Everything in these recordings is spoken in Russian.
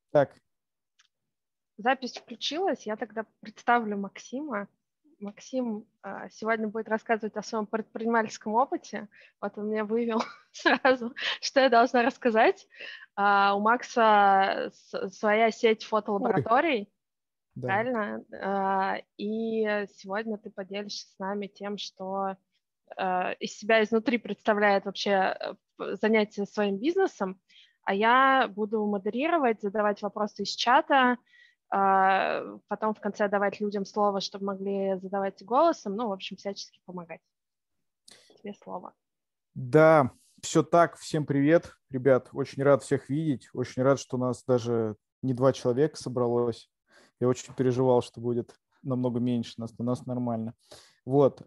Так. Запись включилась, я тогда представлю Максима. Максим сегодня будет рассказывать о своем предпринимательском опыте. Вот он меня вывел сразу, что я должна рассказать. У Макса своя сеть фотолабораторий, Да. правильно? И сегодня ты поделишься с нами тем, что из себя изнутри представляет вообще занятие своим бизнесом, а я буду модерировать, задавать вопросы из чата, потом в конце давать людям слово, чтобы могли задавать голосом, ну, в общем, всячески помогать. Тебе слово. Да, все так. Всем привет, ребят. Очень рад всех видеть. Очень рад, что у нас даже не 2 человека собралось. Я очень переживал, что будет намного меньше нас, но нас нормально. Вот.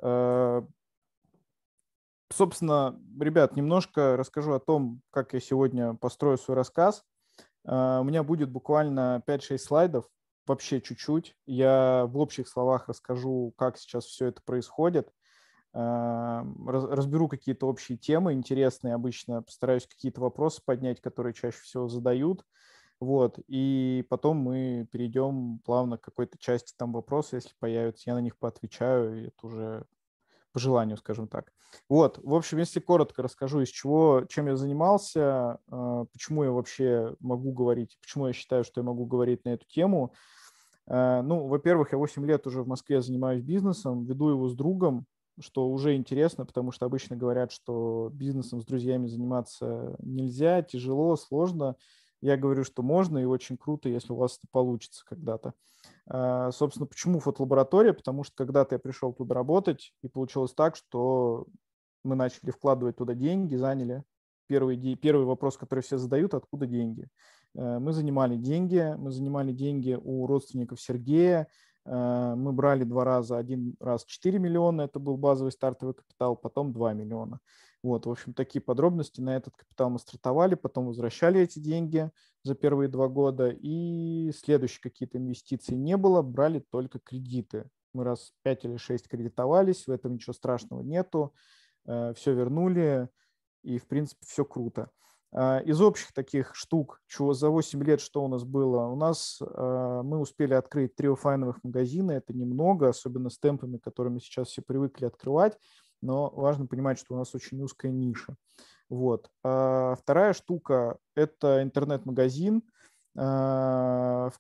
Собственно, ребят, немножко расскажу о том, как я сегодня построю свой рассказ. У меня будет буквально 5-6 слайдов, вообще чуть-чуть. Я в общих словах расскажу, как сейчас все это происходит. Разберу какие-то общие темы интересные. Обычно постараюсь какие-то вопросы поднять, которые чаще всего задают. Вот. И потом мы перейдем плавно к какой-то части там вопроса, если появятся. Я на них поотвечаю, и это уже по желанию, скажем так. Вот, в общем, если коротко расскажу, чем я занимался, почему я вообще могу говорить, почему я считаю, что я могу говорить на эту тему. Ну, во-первых, я 8 лет уже в Москве занимаюсь бизнесом, веду его с другом, что уже интересно, потому что обычно говорят, что бизнесом с друзьями заниматься нельзя, тяжело, сложно. Я говорю, что можно и очень круто, если у вас это получится когда-то. Собственно, почему фотолаборатория? Потому что когда-то я пришел туда работать, и получилось так, что мы начали вкладывать туда деньги, заняли. Первый вопрос, который все задают, откуда деньги? Мы занимали деньги у родственников Сергея. Мы брали 2 раза. Один раз 4 миллиона, это был базовый стартовый капитал, потом 2 миллиона. Вот, в общем, такие подробности. На этот капитал мы стартовали, потом возвращали эти деньги за первые 2 года, и следующие какие-то инвестиции не было, брали только кредиты. Мы раз 5 или 6 кредитовались, в этом ничего страшного нету, все вернули, и, в принципе, все круто. Из общих таких штук, чего за 8 лет, что у нас было? У нас мы успели открыть 3 оффлайновых магазина, это немного, особенно с темпами, которыми сейчас все привыкли открывать, но важно понимать, что у нас очень узкая ниша. Вот. Вторая штука – это интернет-магазин, в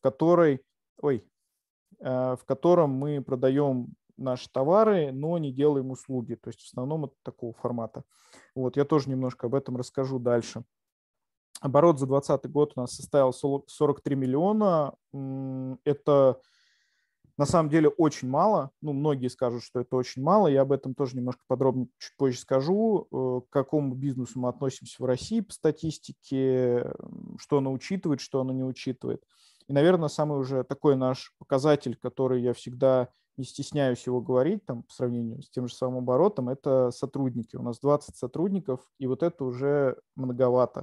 котором мы продаем наши товары, но не делаем услуги. То есть в основном это такого формата. Вот. Я тоже немножко об этом расскажу дальше. Оборот за 2020 год у нас составил 43 миллиона. Это на самом деле очень мало. Ну, многие скажут, что это очень мало. Я об этом тоже немножко подробнее чуть позже скажу. К какому бизнесу мы относимся в России по статистике, что оно учитывает, что оно не учитывает. И, наверное, самый уже такой наш показатель, который я всегда не стесняюсь его говорить, там, по сравнению с тем же самым оборотом, это сотрудники. У нас 20 сотрудников, и вот это уже многовато.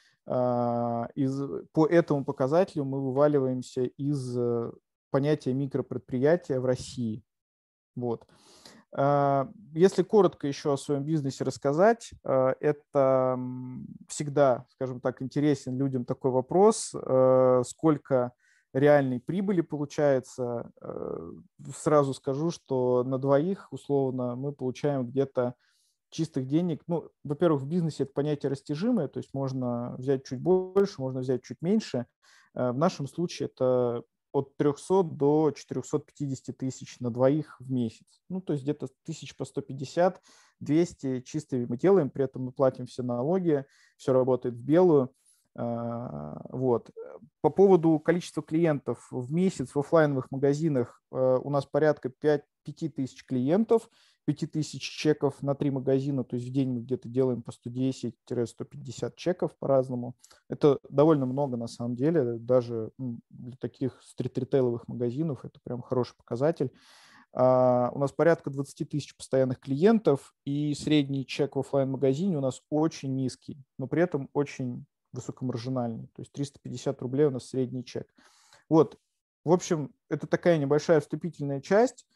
По этому показателю мы вываливаемся из понятия микропредприятия в России. Вот. Если коротко еще о своем бизнесе рассказать, это всегда, скажем так, интересен людям такой вопрос, сколько реальной прибыли получается. Сразу скажу, что на двоих, условно, мы получаем где-то чистых денег. Ну, во-первых, в бизнесе это понятие растяжимое, то есть можно взять чуть больше, можно взять чуть меньше. В нашем случае это от 300 до 450 тысяч на двоих в месяц. Ну, то есть где-то тысяч по 150-200 чистыми мы делаем, при этом мы платим все налоги, все работает в белую. Вот. По поводу количества клиентов в месяц в офлайновых магазинах у нас порядка 5 тысяч клиентов, 5000 чеков на 3 магазина, то есть в день мы где-то делаем по 110-150 чеков по-разному. Это довольно много на самом деле, даже для таких стрит-ритейловых магазинов это прям хороший показатель. У нас порядка 20 тысяч постоянных клиентов, и средний чек в офлайн-магазине у нас очень низкий, но при этом очень высокомаржинальный, то есть 350 рублей у нас средний чек. Вот, в общем, это такая небольшая вступительная часть,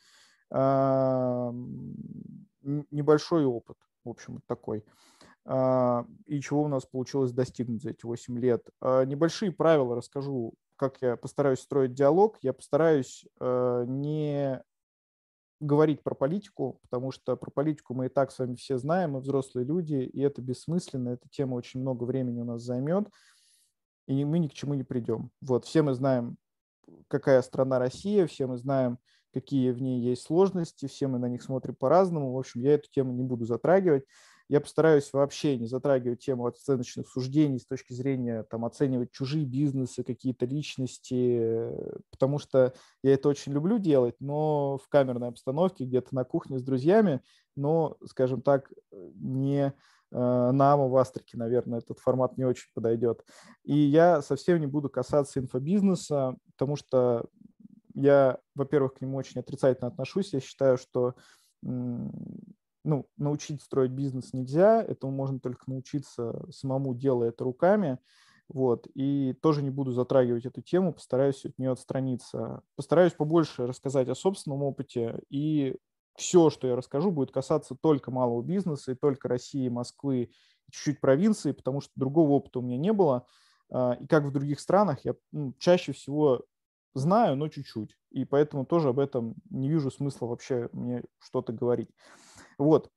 небольшой опыт, в общем, такой. И чего у нас получилось достигнуть за эти 8 лет. Небольшие правила расскажу, как я постараюсь строить диалог, я постараюсь не говорить про политику, потому что про политику мы и так с вами все знаем, мы взрослые люди, и это бессмысленно, эта тема очень много времени у нас займет, и мы ни к чему не придем. Вот, все мы знаем, какая страна Россия, все мы знаем, какие в ней есть сложности, все мы на них смотрим по-разному. В общем, я эту тему не буду затрагивать. Я постараюсь вообще не затрагивать тему оценочных суждений с точки зрения там, оценивать чужие бизнесы, какие-то личности, потому что я это очень люблю делать, но в камерной обстановке, где-то на кухне с друзьями, но, скажем так, не на Амо в Астрике, наверное, этот формат не очень подойдет. И я совсем не буду касаться инфобизнеса, потому что я, во-первых, к нему очень отрицательно отношусь. Я считаю, что научить строить бизнес нельзя, этому можно только научиться самому, делая это руками. Вот. И тоже не буду затрагивать эту тему, постараюсь от нее отстраниться. Постараюсь побольше рассказать о собственном опыте, и все, что я расскажу, будет касаться только малого бизнеса и только России, Москвы, чуть-чуть провинции, потому что другого опыта у меня не было. И как в других странах, я чаще всего знаю, но чуть-чуть. И поэтому тоже об этом не вижу смысла вообще мне что-то говорить. Вот.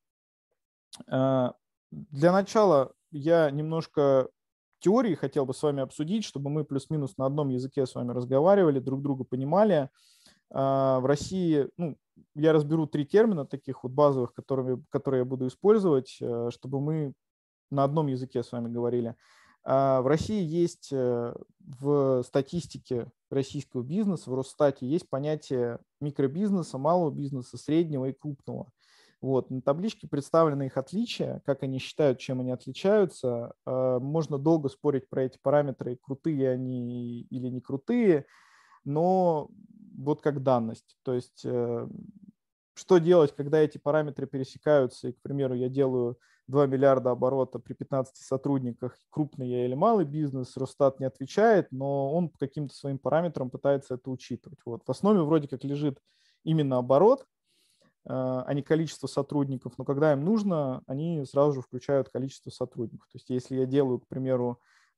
Для начала я немножко теории хотел бы с вами обсудить, чтобы мы плюс-минус на одном языке с вами разговаривали, друг друга понимали. В России, я разберу 3 термина таких вот базовых, которые я буду использовать, чтобы мы на одном языке с вами говорили. В России есть в статистике российского бизнеса, в Росстате есть понятие микробизнеса, малого бизнеса, среднего и крупного. Вот. На табличке представлены их отличия, как они считают, чем они отличаются. Можно долго спорить про эти параметры, крутые они или не крутые, но вот как данность. То есть что делать, когда эти параметры пересекаются, и, к примеру, я делаю 2 миллиарда оборота при 15 сотрудниках, крупный я или малый бизнес, Росстат не отвечает, но он по каким-то своим параметрам пытается это учитывать. Вот. В основе вроде как лежит именно оборот, а не количество сотрудников, но когда им нужно, они сразу же включают количество сотрудников. То есть если я делаю, к примеру,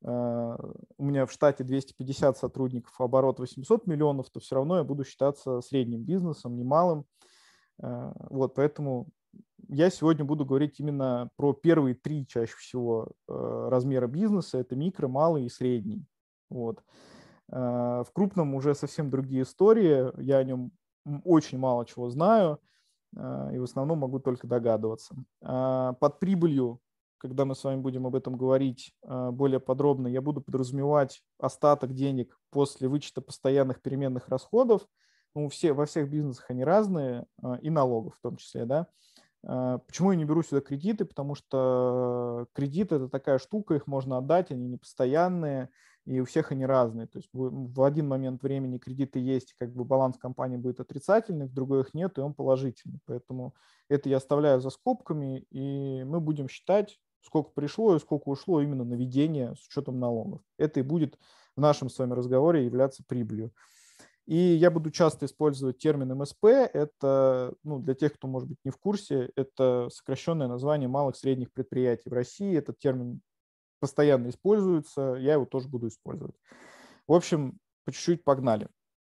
у меня в штате 250 сотрудников, оборот 800 миллионов, то все равно я буду считаться средним бизнесом, не малым. Вот, поэтому я сегодня буду говорить именно про первые 3 чаще всего размера бизнеса. Это микро, малый и средний. Вот. В крупном уже совсем другие истории. Я о нем очень мало чего знаю и в основном могу только догадываться. Под прибылью, когда мы с вами будем об этом говорить более подробно, я буду подразумевать остаток денег после вычета постоянных переменных расходов. Во всех бизнесах они разные, и налогов в том числе, да. Почему я не беру сюда кредиты? Потому что кредиты – это такая штука, их можно отдать, они не постоянные, и у всех они разные. То есть в один момент времени кредиты есть, и как бы баланс компании будет отрицательный, в другой их нет, и он положительный. Поэтому это я оставляю за скобками, и мы будем считать, сколько пришло и сколько ушло именно на ведение с учетом налогов. Это и будет в нашем с вами разговоре являться прибылью. И я буду часто использовать термин МСП. Это, для тех, кто, может быть, не в курсе, это сокращенное название малых и средних предприятий в России. Этот термин постоянно используется, я его тоже буду использовать. В общем, по чуть-чуть погнали.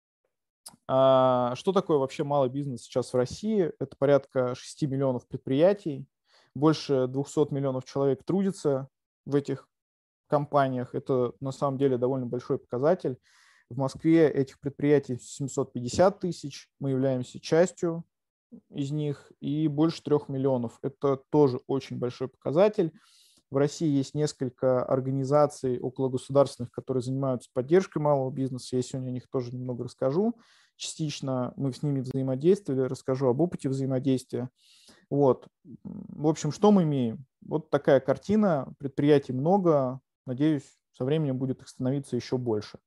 Что такое вообще малый бизнес сейчас в России? Это порядка 6 миллионов предприятий, больше 200 миллионов человек трудится в этих компаниях. Это на самом деле довольно большой показатель. В Москве этих предприятий 750 тысяч, мы являемся частью из них, и больше 3 миллионов. Это тоже очень большой показатель. В России есть несколько организаций окологосударственных, которые занимаются поддержкой малого бизнеса. Я сегодня о них тоже немного расскажу. Частично мы с ними взаимодействовали, расскажу об опыте взаимодействия. Вот. В общем, что мы имеем? Вот такая картина. Предприятий много. Надеюсь, со временем будет их становиться еще больше.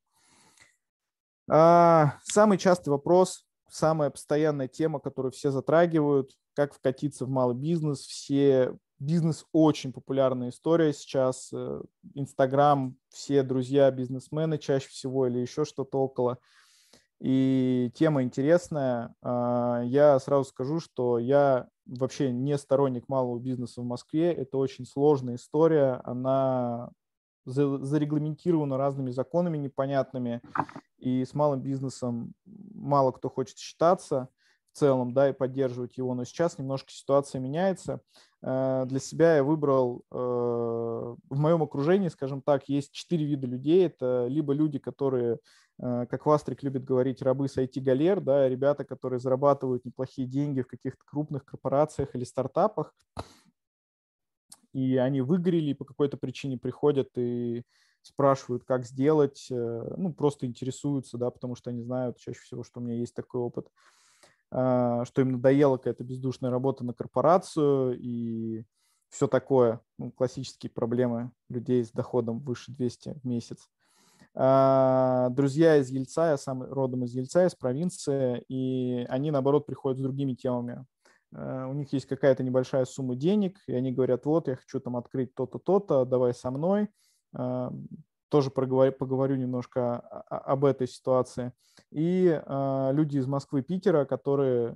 Самый частый вопрос, самая постоянная тема, которую все затрагивают, как вкатиться в малый бизнес. Бизнес очень популярная история сейчас. Инстаграм, все друзья бизнесмены чаще всего или еще что-то около. И тема интересная. Я сразу скажу, что я вообще не сторонник малого бизнеса в Москве. Это очень сложная история. Она зарегламентировано разными законами непонятными, и с малым бизнесом мало кто хочет считаться в целом, да, и поддерживать его. Но сейчас немножко ситуация меняется. Для себя я выбрал, в моем окружении, скажем так, есть 4 вида людей. Это либо люди, которые, как Вастрик любит говорить, рабы с IT-галер, да, ребята, которые зарабатывают неплохие деньги в каких-то крупных корпорациях или стартапах, и они выгорели, и по какой-то причине приходят и спрашивают, как сделать, ну, просто интересуются, да, потому что они знают чаще всего, что у меня есть такой опыт, что им надоела какая-то бездушная работа на корпорацию и все такое, ну, классические проблемы людей с доходом выше 200 в месяц. Друзья из Ельца, я сам родом из Ельца, из провинции, и они, наоборот, приходят с другими темами. У них есть какая-то небольшая сумма денег, и они говорят, вот, я хочу там открыть то-то, то-то, давай со мной. Тоже поговорю немножко об этой ситуации. И люди из Москвы, Питера, которые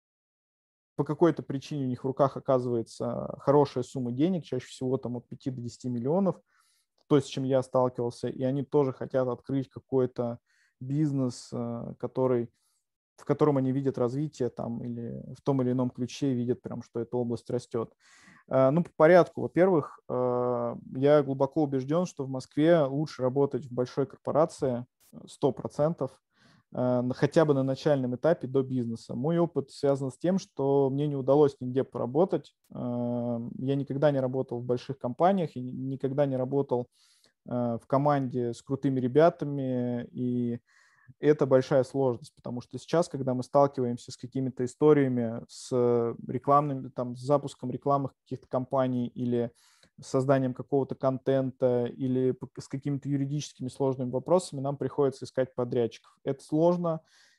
по какой-то причине у них в руках оказывается хорошая сумма денег, чаще всего там от 5 до 10 миллионов, то, с чем я сталкивался, и они тоже хотят открыть какой-то бизнес, в котором они видят развитие там, или в том или ином ключе видят прям, что эта область растет. Ну, по порядку. Во-первых, я глубоко убежден, что в Москве лучше работать в большой корпорации 100%, хотя бы на начальном этапе до бизнеса. Мой опыт связан с тем, что мне не удалось нигде поработать. Я никогда не работал в больших компаниях, я никогда не работал в команде с крутыми ребятами, и это большая сложность, потому что сейчас, когда мы сталкиваемся с какими-то историями, с рекламными, там, с запуском рекламных каких-то компаний или с созданием какого-то контента или с какими-то юридическими сложными вопросами, нам приходится искать подрядчиков. Это сложно,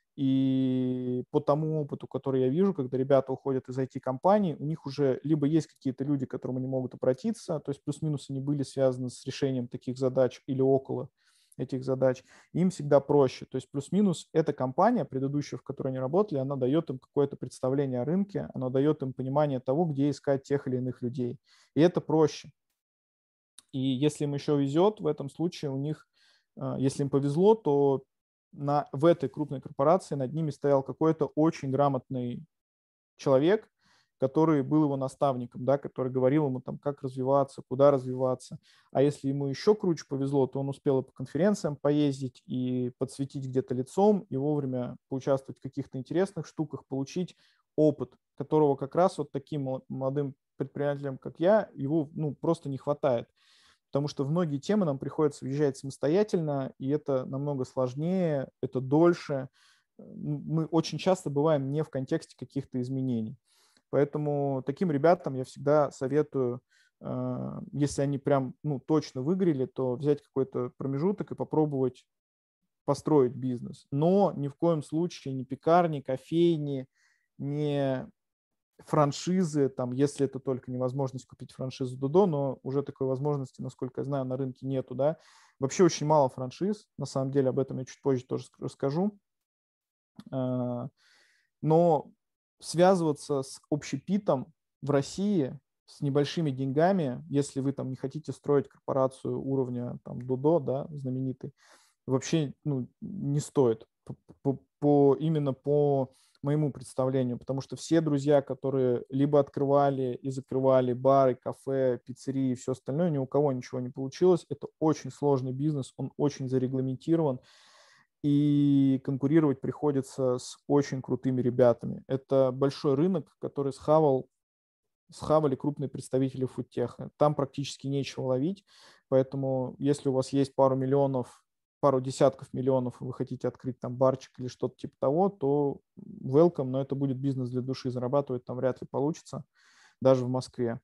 и по тому опыту, который я вижу, когда ребята уходят из IT-компаний, у них уже либо есть какие-то люди, к которым они могут обратиться, то есть плюс-минус они были связаны с решением таких задач или около этих задач, им всегда проще. То есть плюс-минус эта компания, предыдущая, в которой они работали, она дает им какое-то представление о рынке, она дает им понимание того, где искать тех или иных людей. И это проще. И если им еще везет, в этом случае у них, если им повезло, то в этой крупной корпорации над ними стоял какой-то очень грамотный человек, который был его наставником, да, который говорил ему, там, как развиваться, куда развиваться. А если ему еще круче повезло, то он успел и по конференциям поездить, и подсветить где-то лицом, и вовремя поучаствовать в каких-то интересных штуках, получить опыт, которого как раз вот таким молодым предпринимателям, как я, его просто не хватает. Потому что в многие темы нам приходится въезжать самостоятельно, и это намного сложнее, это дольше. Мы очень часто бываем не в контексте каких-то изменений. Поэтому таким ребятам я всегда советую, если они прям точно выгорели, то взять какой-то промежуток и попробовать построить бизнес. Но ни в коем случае ни пекарни, кофейни, ни франшизы, там, если это только невозможность купить франшизу Додо, но уже такой возможности, насколько я знаю, на рынке нету, да. Вообще очень мало франшиз, на самом деле, об этом я чуть позже тоже расскажу. Но связываться с общепитом в России с небольшими деньгами, если вы там не хотите строить корпорацию уровня там Додо, да, знаменитый, вообще не стоит именно по моему представлению, потому что все друзья, которые либо открывали и закрывали бары, кафе, пиццерии и все остальное, ни у кого ничего не получилось. Это очень сложный бизнес, он очень зарегламентирован, и конкурировать приходится с очень крутыми ребятами. Это большой рынок, который схавали крупные представители фудтеха. Там практически нечего ловить, поэтому если у вас есть пару десятков миллионов, и вы хотите открыть там барчик или что-то типа того, то welcome, но это будет бизнес для души, зарабатывать там вряд ли получится, даже в Москве.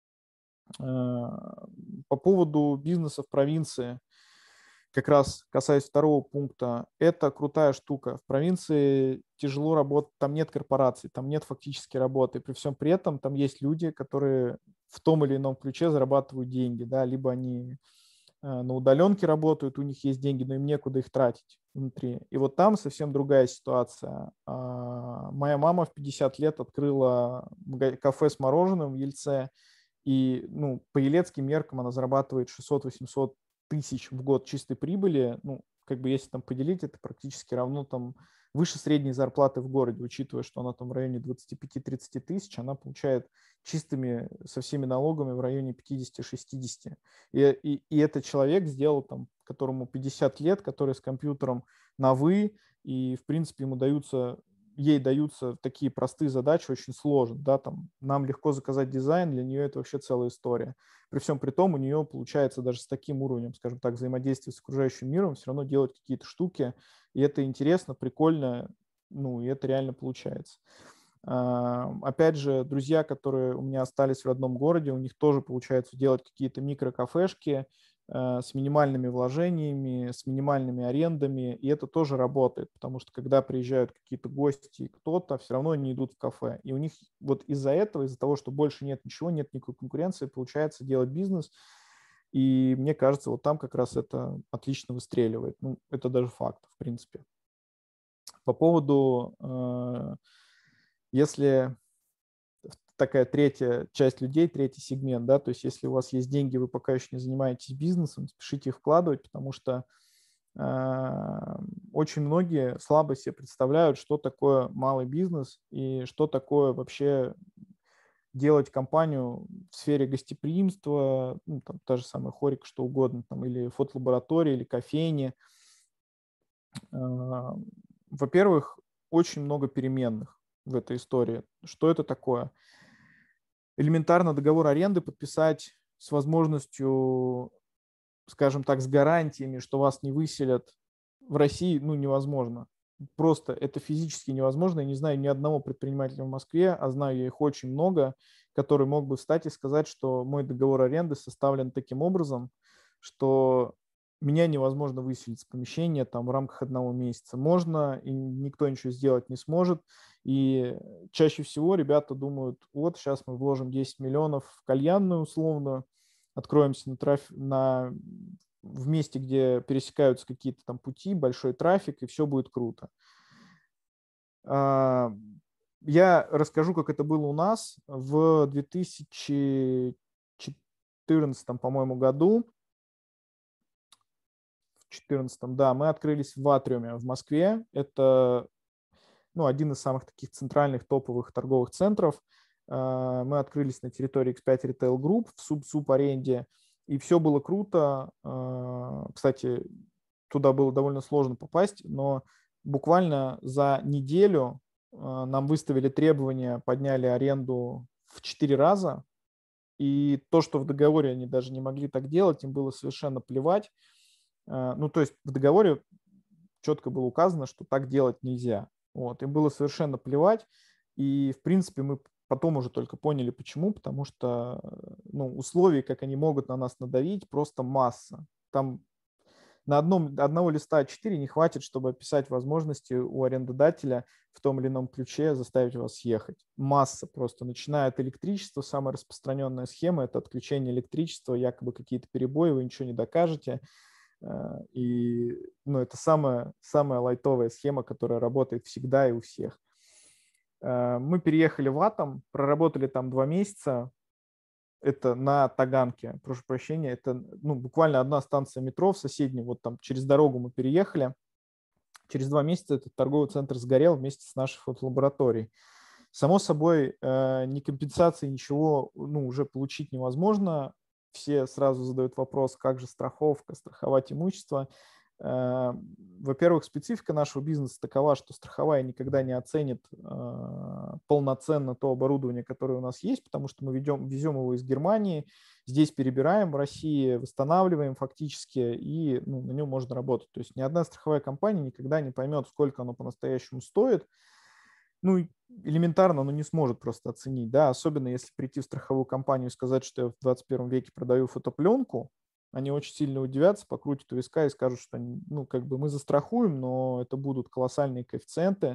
По поводу бизнеса в провинции, как раз касаясь второго пункта, это крутая штука. В провинции тяжело работать, там нет корпораций, там нет фактически работы. При всем при этом там есть люди, которые в том или ином ключе зарабатывают деньги, да, либо они на удаленке работают, у них есть деньги, но им некуда их тратить внутри. И вот там совсем другая ситуация. Моя мама в 50 лет открыла кафе с мороженым в Ельце, и по елецким меркам она зарабатывает 600-800 тысяч в год чистой прибыли, ну, как бы если там поделить, это практически равно там выше средней зарплаты в городе, учитывая, что она там в районе 25-30 тысяч, она получает чистыми со всеми налогами в районе 50-60. И этот человек сделал там, которому 50 лет, который с компьютером на «вы», и, в принципе, ей даются такие простые задачи, очень сложно, да, там, нам легко заказать дизайн, для нее это вообще целая история. При всем при том, у нее получается даже с таким уровнем, скажем так, взаимодействия с окружающим миром все равно делать какие-то штуки, и это интересно, прикольно, ну, и это реально получается. Опять же, друзья, которые у меня остались в родном городе, у них тоже получается делать какие-то микрокафешки с минимальными вложениями, с минимальными арендами, и это тоже работает, потому что когда приезжают какие-то гости, кто-то, все равно они идут в кафе. И у них вот из-за этого, из-за того, что больше нет ничего, нет никакой конкуренции, получается делать бизнес, и мне кажется, вот там как раз это отлично выстреливает. Ну, это даже факт, в принципе. По поводу, если такая третья часть людей, третий сегмент, да, то есть если у вас есть деньги, вы пока еще не занимаетесь бизнесом, спешите их вкладывать, потому что очень многие слабо себе представляют, что такое малый бизнес и что такое вообще делать компанию в сфере гостеприимства, ну, там, та же самая Хорик, что угодно, там, или фотолаборатория, или кофейни. Во-первых, очень много переменных в этой истории. Что это такое? Элементарно договор аренды подписать с возможностью, скажем так, с гарантиями, что вас не выселят в России, ну, невозможно. Просто это физически невозможно. Я не знаю ни одного предпринимателя в Москве, а знаю я их очень много, который мог бы встать и сказать, что мой договор аренды составлен таким образом, что меня невозможно выселить с помещения там в рамках одного месяца. Можно, и никто ничего сделать не сможет. И чаще всего ребята думают, вот сейчас мы вложим 10 миллионов в кальянную условно, откроемся в месте, где пересекаются какие-то там пути, большой трафик, и все будет круто. Я расскажу, как это было у нас в 2014, по-моему, году. В 2014, да, мы открылись в Атриуме в Москве. Это, ну, один из самых таких центральных топовых торговых центров. Мы открылись на территории X5 Retail Group в суб-аренде, и все было круто. Кстати, туда было довольно сложно попасть, но буквально за неделю нам выставили требования, подняли аренду в 4 раза, и то, что в договоре они даже не могли так делать, им было совершенно плевать. Ну, то есть в договоре четко было указано, что так делать нельзя. Вот. Им было совершенно плевать. И, в принципе, мы потом уже только поняли, почему. Потому что ну, условий, как они могут на нас надавить, просто масса. Там одного листа А4 не хватит, чтобы описать возможности у арендодателя в том или ином ключе заставить вас съехать. Масса просто. Начиная от электричества, самая распространенная схема – это отключение электричества, якобы какие-то перебои, вы ничего не докажете. И ну, это самая лайтовая схема, которая работает всегда и у всех. Мы переехали в Атом, проработали там 2 месяца. Это на Таганке, прошу прощения. Это ну, буквально одна станция метро в соседней. Вот там через дорогу мы переехали. Через 2 месяца этот торговый центр сгорел вместе с нашей фотолабораторией. Само собой, ни компенсации, ничего ну, уже получить невозможно. Все сразу задают вопрос, как же страховка, страховать имущество. Во-первых, специфика нашего бизнеса такова, что страховая никогда не оценит полноценно то оборудование, которое у нас есть, потому что мы везем его из Германии, здесь перебираем в России, восстанавливаем фактически, и ну, на нем можно работать. То есть ни одна страховая компания никогда не поймет, сколько оно по-настоящему стоит, ну, элементарно, не сможет просто оценить, да, особенно если прийти в страховую компанию и сказать, что я в 21 веке продаю фотопленку, они очень сильно удивятся, покрутят у виска и скажут, что, ну, как бы мы застрахуем, но это будут колоссальные коэффициенты,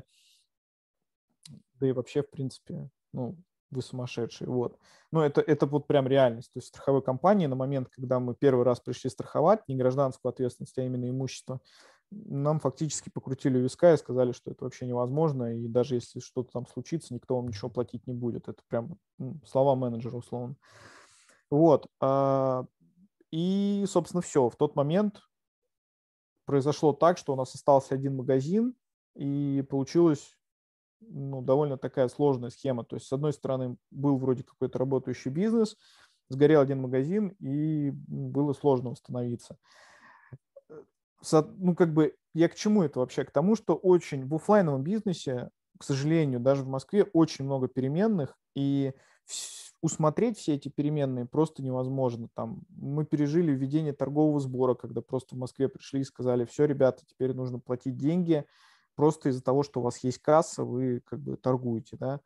да и вообще, в принципе, ну, вы сумасшедшие, вот. Но это вот прям реальность. То есть страховой компании на момент, когда мы первый раз пришли страховать, не гражданскую ответственность, а именно имущество, нам фактически покрутили у виска и сказали, что это вообще невозможно, и даже если что-то там случится, никто вам ничего платить не будет. Это прям слова менеджера условно. Вот. И, собственно, все. В тот момент произошло так, что у нас остался один магазин, и получилась довольно такая сложная схема. То есть, с одной стороны, был вроде какой-то работающий бизнес, сгорел один магазин, и было сложно восстановиться. Я к чему это вообще? К тому, что очень в офлайновом бизнесе, к сожалению, даже в Москве очень много переменных, и усмотреть все эти переменные просто невозможно. Там мы пережили введение торгового сбора, когда просто в Москве пришли и сказали: все, ребята, теперь нужно платить деньги просто из-за того, что у вас есть касса, вы как бы торгуете, да.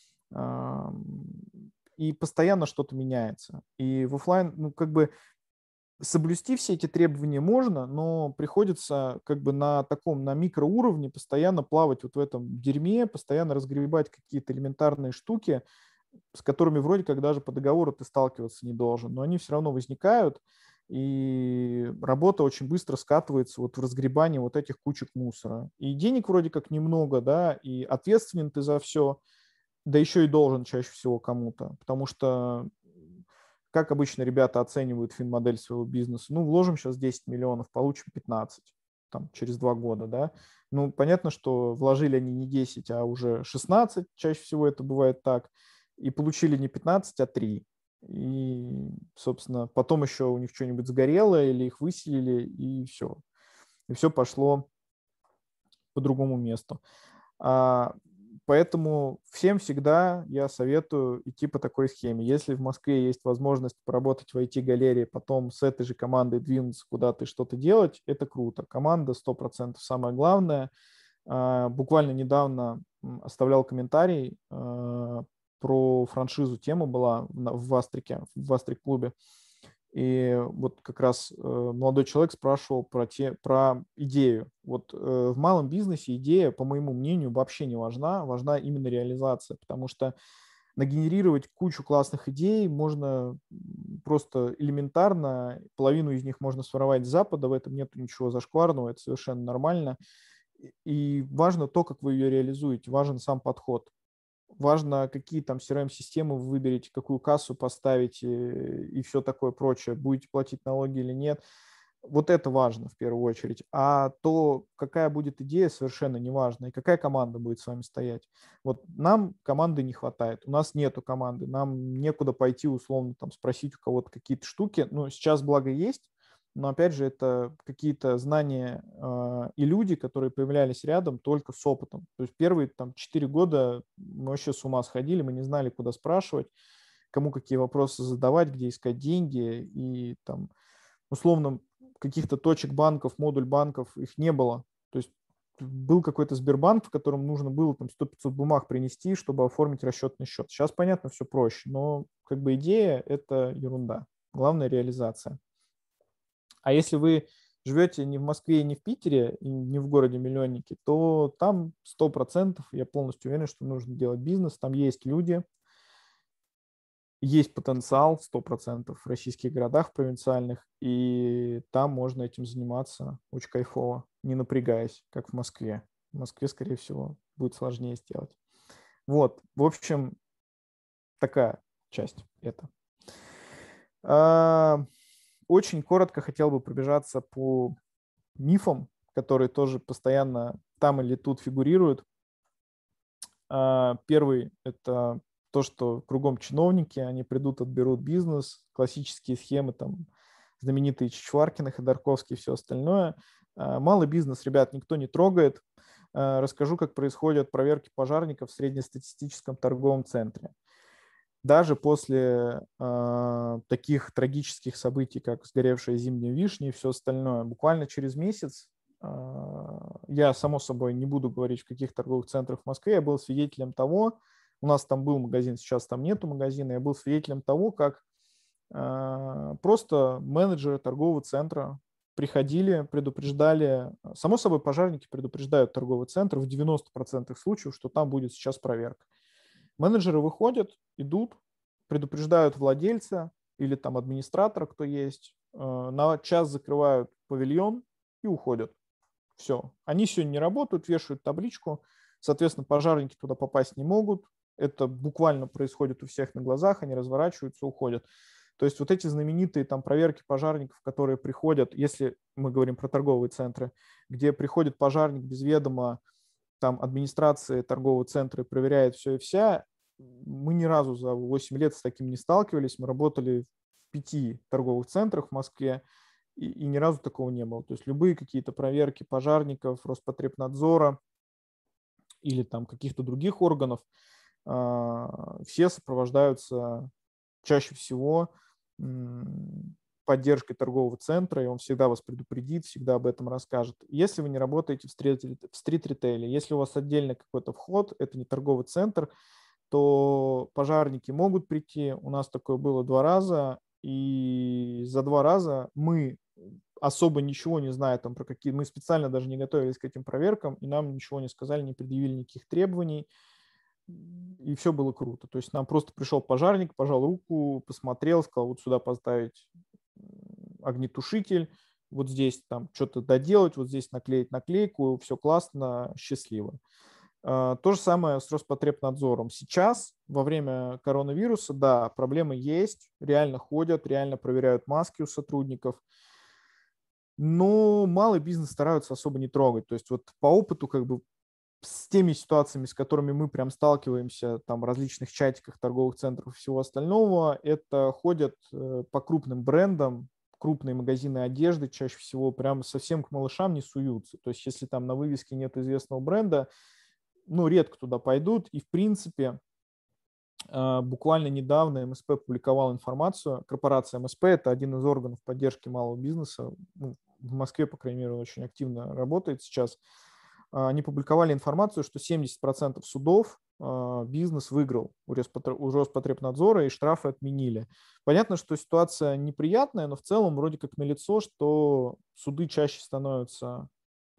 И постоянно что-то меняется. И в офлайн, соблюсти все эти требования можно, но приходится на микроуровне постоянно плавать вот в этом дерьме, постоянно разгребать какие-то элементарные штуки, с которыми вроде как даже по договору ты сталкиваться не должен, но они все равно возникают, и работа очень быстро скатывается вот в разгребание вот этих кучек мусора. И денег вроде как немного, да, и ответственен ты за все, да еще и должен чаще всего кому-то, потому что как обычно ребята оценивают финмодель своего бизнеса? Вложим сейчас 10 миллионов, получим 15 там, через 2 года, да. Понятно, что вложили они не 10, а уже 16, чаще всего это бывает так, и получили не 15, а 3. И, собственно, потом еще у них что-нибудь сгорело или их выселили, и все. И все пошло по другому месту. Поэтому всем всегда я советую идти по такой схеме. Если в Москве есть возможность поработать в IT-галерее, потом с этой же командой двинуться куда-то и что-то делать, это круто. Команда 100% самое главное. Буквально недавно оставлял комментарий про франшизу, тема была в Вастрик-клубе. И вот как раз молодой человек спрашивал про идею. Вот в малом бизнесе идея, по моему мнению, вообще не важна. Важна именно реализация, потому что нагенерировать кучу классных идей можно просто элементарно. Половину из них можно своровать с Запада, в этом нет ничего зашкварного, это совершенно нормально. И важно то, как вы ее реализуете, важен сам подход. Важно, какие там CRM-системы вы выберете, какую кассу поставите и все такое прочее, будете платить налоги или нет. Вот это важно в первую очередь. А то, какая будет идея, совершенно не важно. И какая команда будет с вами стоять. Вот нам команды не хватает. У нас нету команды. Нам некуда пойти условно там спросить у кого-то какие-то штуки. Сейчас благо есть. Но опять же, это какие-то знания и люди, которые появлялись рядом только с опытом. То есть первые 4 года мы вообще с ума сходили, мы не знали, куда спрашивать, кому какие вопросы задавать, где искать деньги. И там, условно, каких-то точек банков, модуль банков, их не было. То есть был какой-то Сбербанк, в котором нужно было 100-500 бумаг принести, чтобы оформить расчетный счет. Сейчас, понятно, все проще, но идея – это ерунда. Главное – реализация. А если вы живете не в Москве и не в Питере, и не в городе-миллионнике, то там 100%, я полностью уверен, что нужно делать бизнес, там есть люди, есть потенциал 100% в российских городах провинциальных, и там можно этим заниматься очень кайфово, не напрягаясь, как в Москве. В Москве, скорее всего, будет сложнее сделать. Вот, в общем, такая часть это. Очень коротко хотел бы пробежаться по мифам, которые тоже постоянно там или тут фигурируют. Первый – это то, что кругом чиновники, они придут, отберут бизнес, классические схемы, там, знаменитые Чичваркины, Ходорковские и все остальное. Малый бизнес, ребят, никто не трогает. Расскажу, как происходят проверки пожарников в среднестатистическом торговом центре. Даже после таких трагических событий, как сгоревшая зимняя вишня и все остальное, буквально через месяц, я, само собой, не буду говорить, в каких торговых центрах в Москве, я был свидетелем того, у нас там был магазин, сейчас там нету магазина, я был свидетелем того, как просто менеджеры торгового центра приходили, предупреждали, само собой, пожарники предупреждают торговый центр в 90% случаев, что там будет сейчас проверка. Менеджеры выходят, идут, предупреждают владельца или там администратора, кто есть, на час закрывают павильон и уходят. Все. Они сегодня не работают, вешают табличку, соответственно, пожарники туда попасть не могут. Это буквально происходит у всех на глазах, они разворачиваются, уходят. То есть вот эти знаменитые там проверки пожарников, которые приходят, если мы говорим про торговые центры, где приходит пожарник без ведома там администрации торгового центра и проверяет все и вся, мы ни разу за 8 лет с таким не сталкивались. Мы работали в 5 торговых центрах в Москве, и ни разу такого не было. То есть любые какие-то проверки пожарников, Роспотребнадзора или там каких-то других органов, все сопровождаются чаще всего поддержкой торгового центра, и он всегда вас предупредит, всегда об этом расскажет. Если вы не работаете в стрит-ритейле, если у вас отдельный какой-то вход, это не торговый центр, то пожарники могут прийти. У нас такое было 2 раза, и за 2 раза мы, особо ничего не зная там про какие... Мы специально даже не готовились к этим проверкам, и нам ничего не сказали, не предъявили никаких требований, и все было круто. То есть нам просто пришел пожарник, пожал руку, посмотрел, сказал, вот сюда поставить огнетушитель, вот здесь там что-то доделать, вот здесь наклеить наклейку, все классно, счастливо. То же самое с Роспотребнадзором. Сейчас, во время коронавируса, да, проблемы есть, реально ходят, реально проверяют маски у сотрудников, но малый бизнес стараются особо не трогать. То есть вот по опыту как бы с теми ситуациями, с которыми мы прям сталкиваемся там в различных чатиках, торговых центров и всего остального, это ходят по крупным брендам, крупные магазины одежды чаще всего прям совсем к малышам не суются. То есть если там на вывеске нет известного бренда, ну, редко туда пойдут. И, в принципе, буквально недавно МСП публиковала информацию. Корпорация МСП – это один из органов поддержки малого бизнеса. Ну, в Москве, по крайней мере, очень активно работает сейчас. Они публиковали информацию, что 70% судов бизнес выиграл у Роспотребнадзора, и штрафы отменили. Понятно, что ситуация неприятная, но в целом вроде как налицо, что суды чаще становятся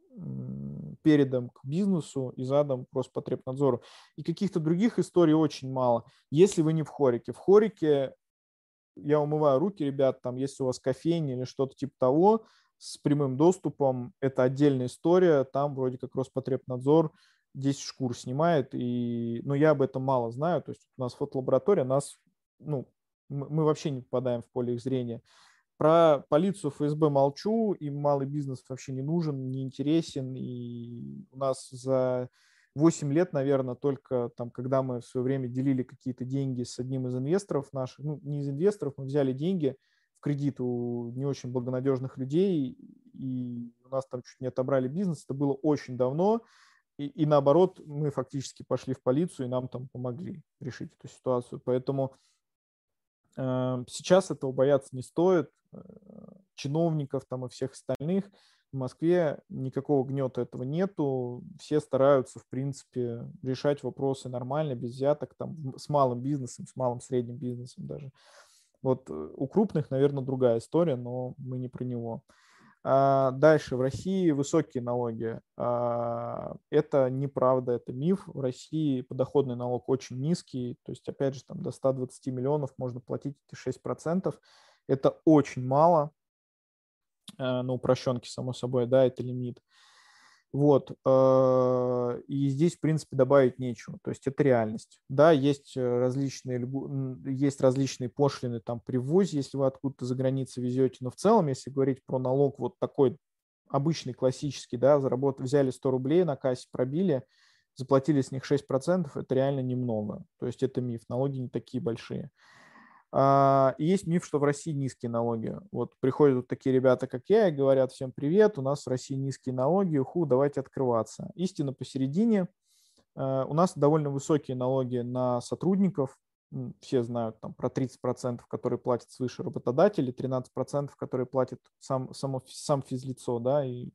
передом к бизнесу и задом к Роспотребнадзору. И каких-то других историй очень мало. Если вы не в хорике. В хорике я умываю руки, ребят, там, если у вас кофейня или что-то типа того, с прямым доступом, это отдельная история, там вроде как Роспотребнадзор 10 шкур снимает, но я об этом мало знаю, то есть у нас фотолаборатория, ну, мы вообще не попадаем в поле их зрения. Про полицию, ФСБ молчу, им малый бизнес вообще не нужен, не интересен, и у нас за 8 лет, наверное, только там, когда мы в свое время делили какие-то деньги с одним из инвесторов наших, ну, не из инвесторов, мы взяли деньги в кредит у не очень благонадежных людей, и у нас там чуть не отобрали бизнес, это было очень давно, и наоборот, мы фактически пошли в полицию, и нам там помогли решить эту ситуацию, поэтому сейчас этого бояться не стоит, чиновников там и всех остальных. В Москве никакого гнета этого нету. Все стараются, в принципе, решать вопросы нормально, без взяток, там, с малым бизнесом, с малым средним бизнесом даже. Вот у крупных, наверное, другая история, но мы не про него. Дальше, в России высокие налоги. Это неправда, это миф. В России подоходный налог очень низкий, то есть, опять же, там до 120 миллионов можно платить эти 6%. Это очень мало, на упрощенке, само собой, да, это лимит. Вот. И здесь, в принципе, добавить нечего. То есть это реальность. Да, есть различные пошлины там при ввозе, если вы откуда-то за границей везете. Но в целом, если говорить про налог вот такой обычный, классический, да, взяли 100 рублей на кассе, пробили, заплатили с них 6%, это реально немного. То есть это миф. Налоги не такие большие. И есть миф, что в России низкие налоги. Вот приходят вот такие ребята, как я, и говорят: всем привет, у нас в России низкие налоги, давайте открываться. Истина посередине. У нас довольно высокие налоги на сотрудников. Все знают там про 30%, которые платят свыше работодатели, 13%, которые платит сам физлицо, да, и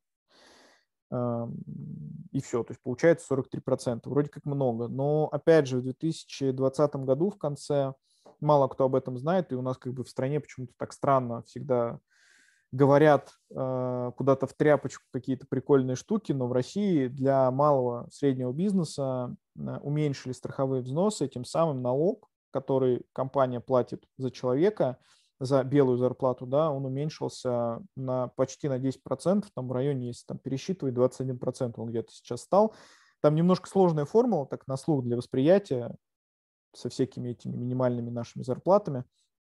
все. То есть получается 43%. Вроде как много. Но опять же, в 2020 году в конце мало кто об этом знает, и у нас как бы в стране почему-то так странно всегда говорят куда-то в тряпочку какие-то прикольные штуки, но в России для малого среднего бизнеса уменьшили страховые взносы, тем самым налог, который компания платит за человека, за белую зарплату, да, он уменьшился почти на 10%, там в районе, если там пересчитывать, 21% он где-то сейчас стал. Там немножко сложная формула, так на слух для восприятия, со всякими этими минимальными нашими зарплатами.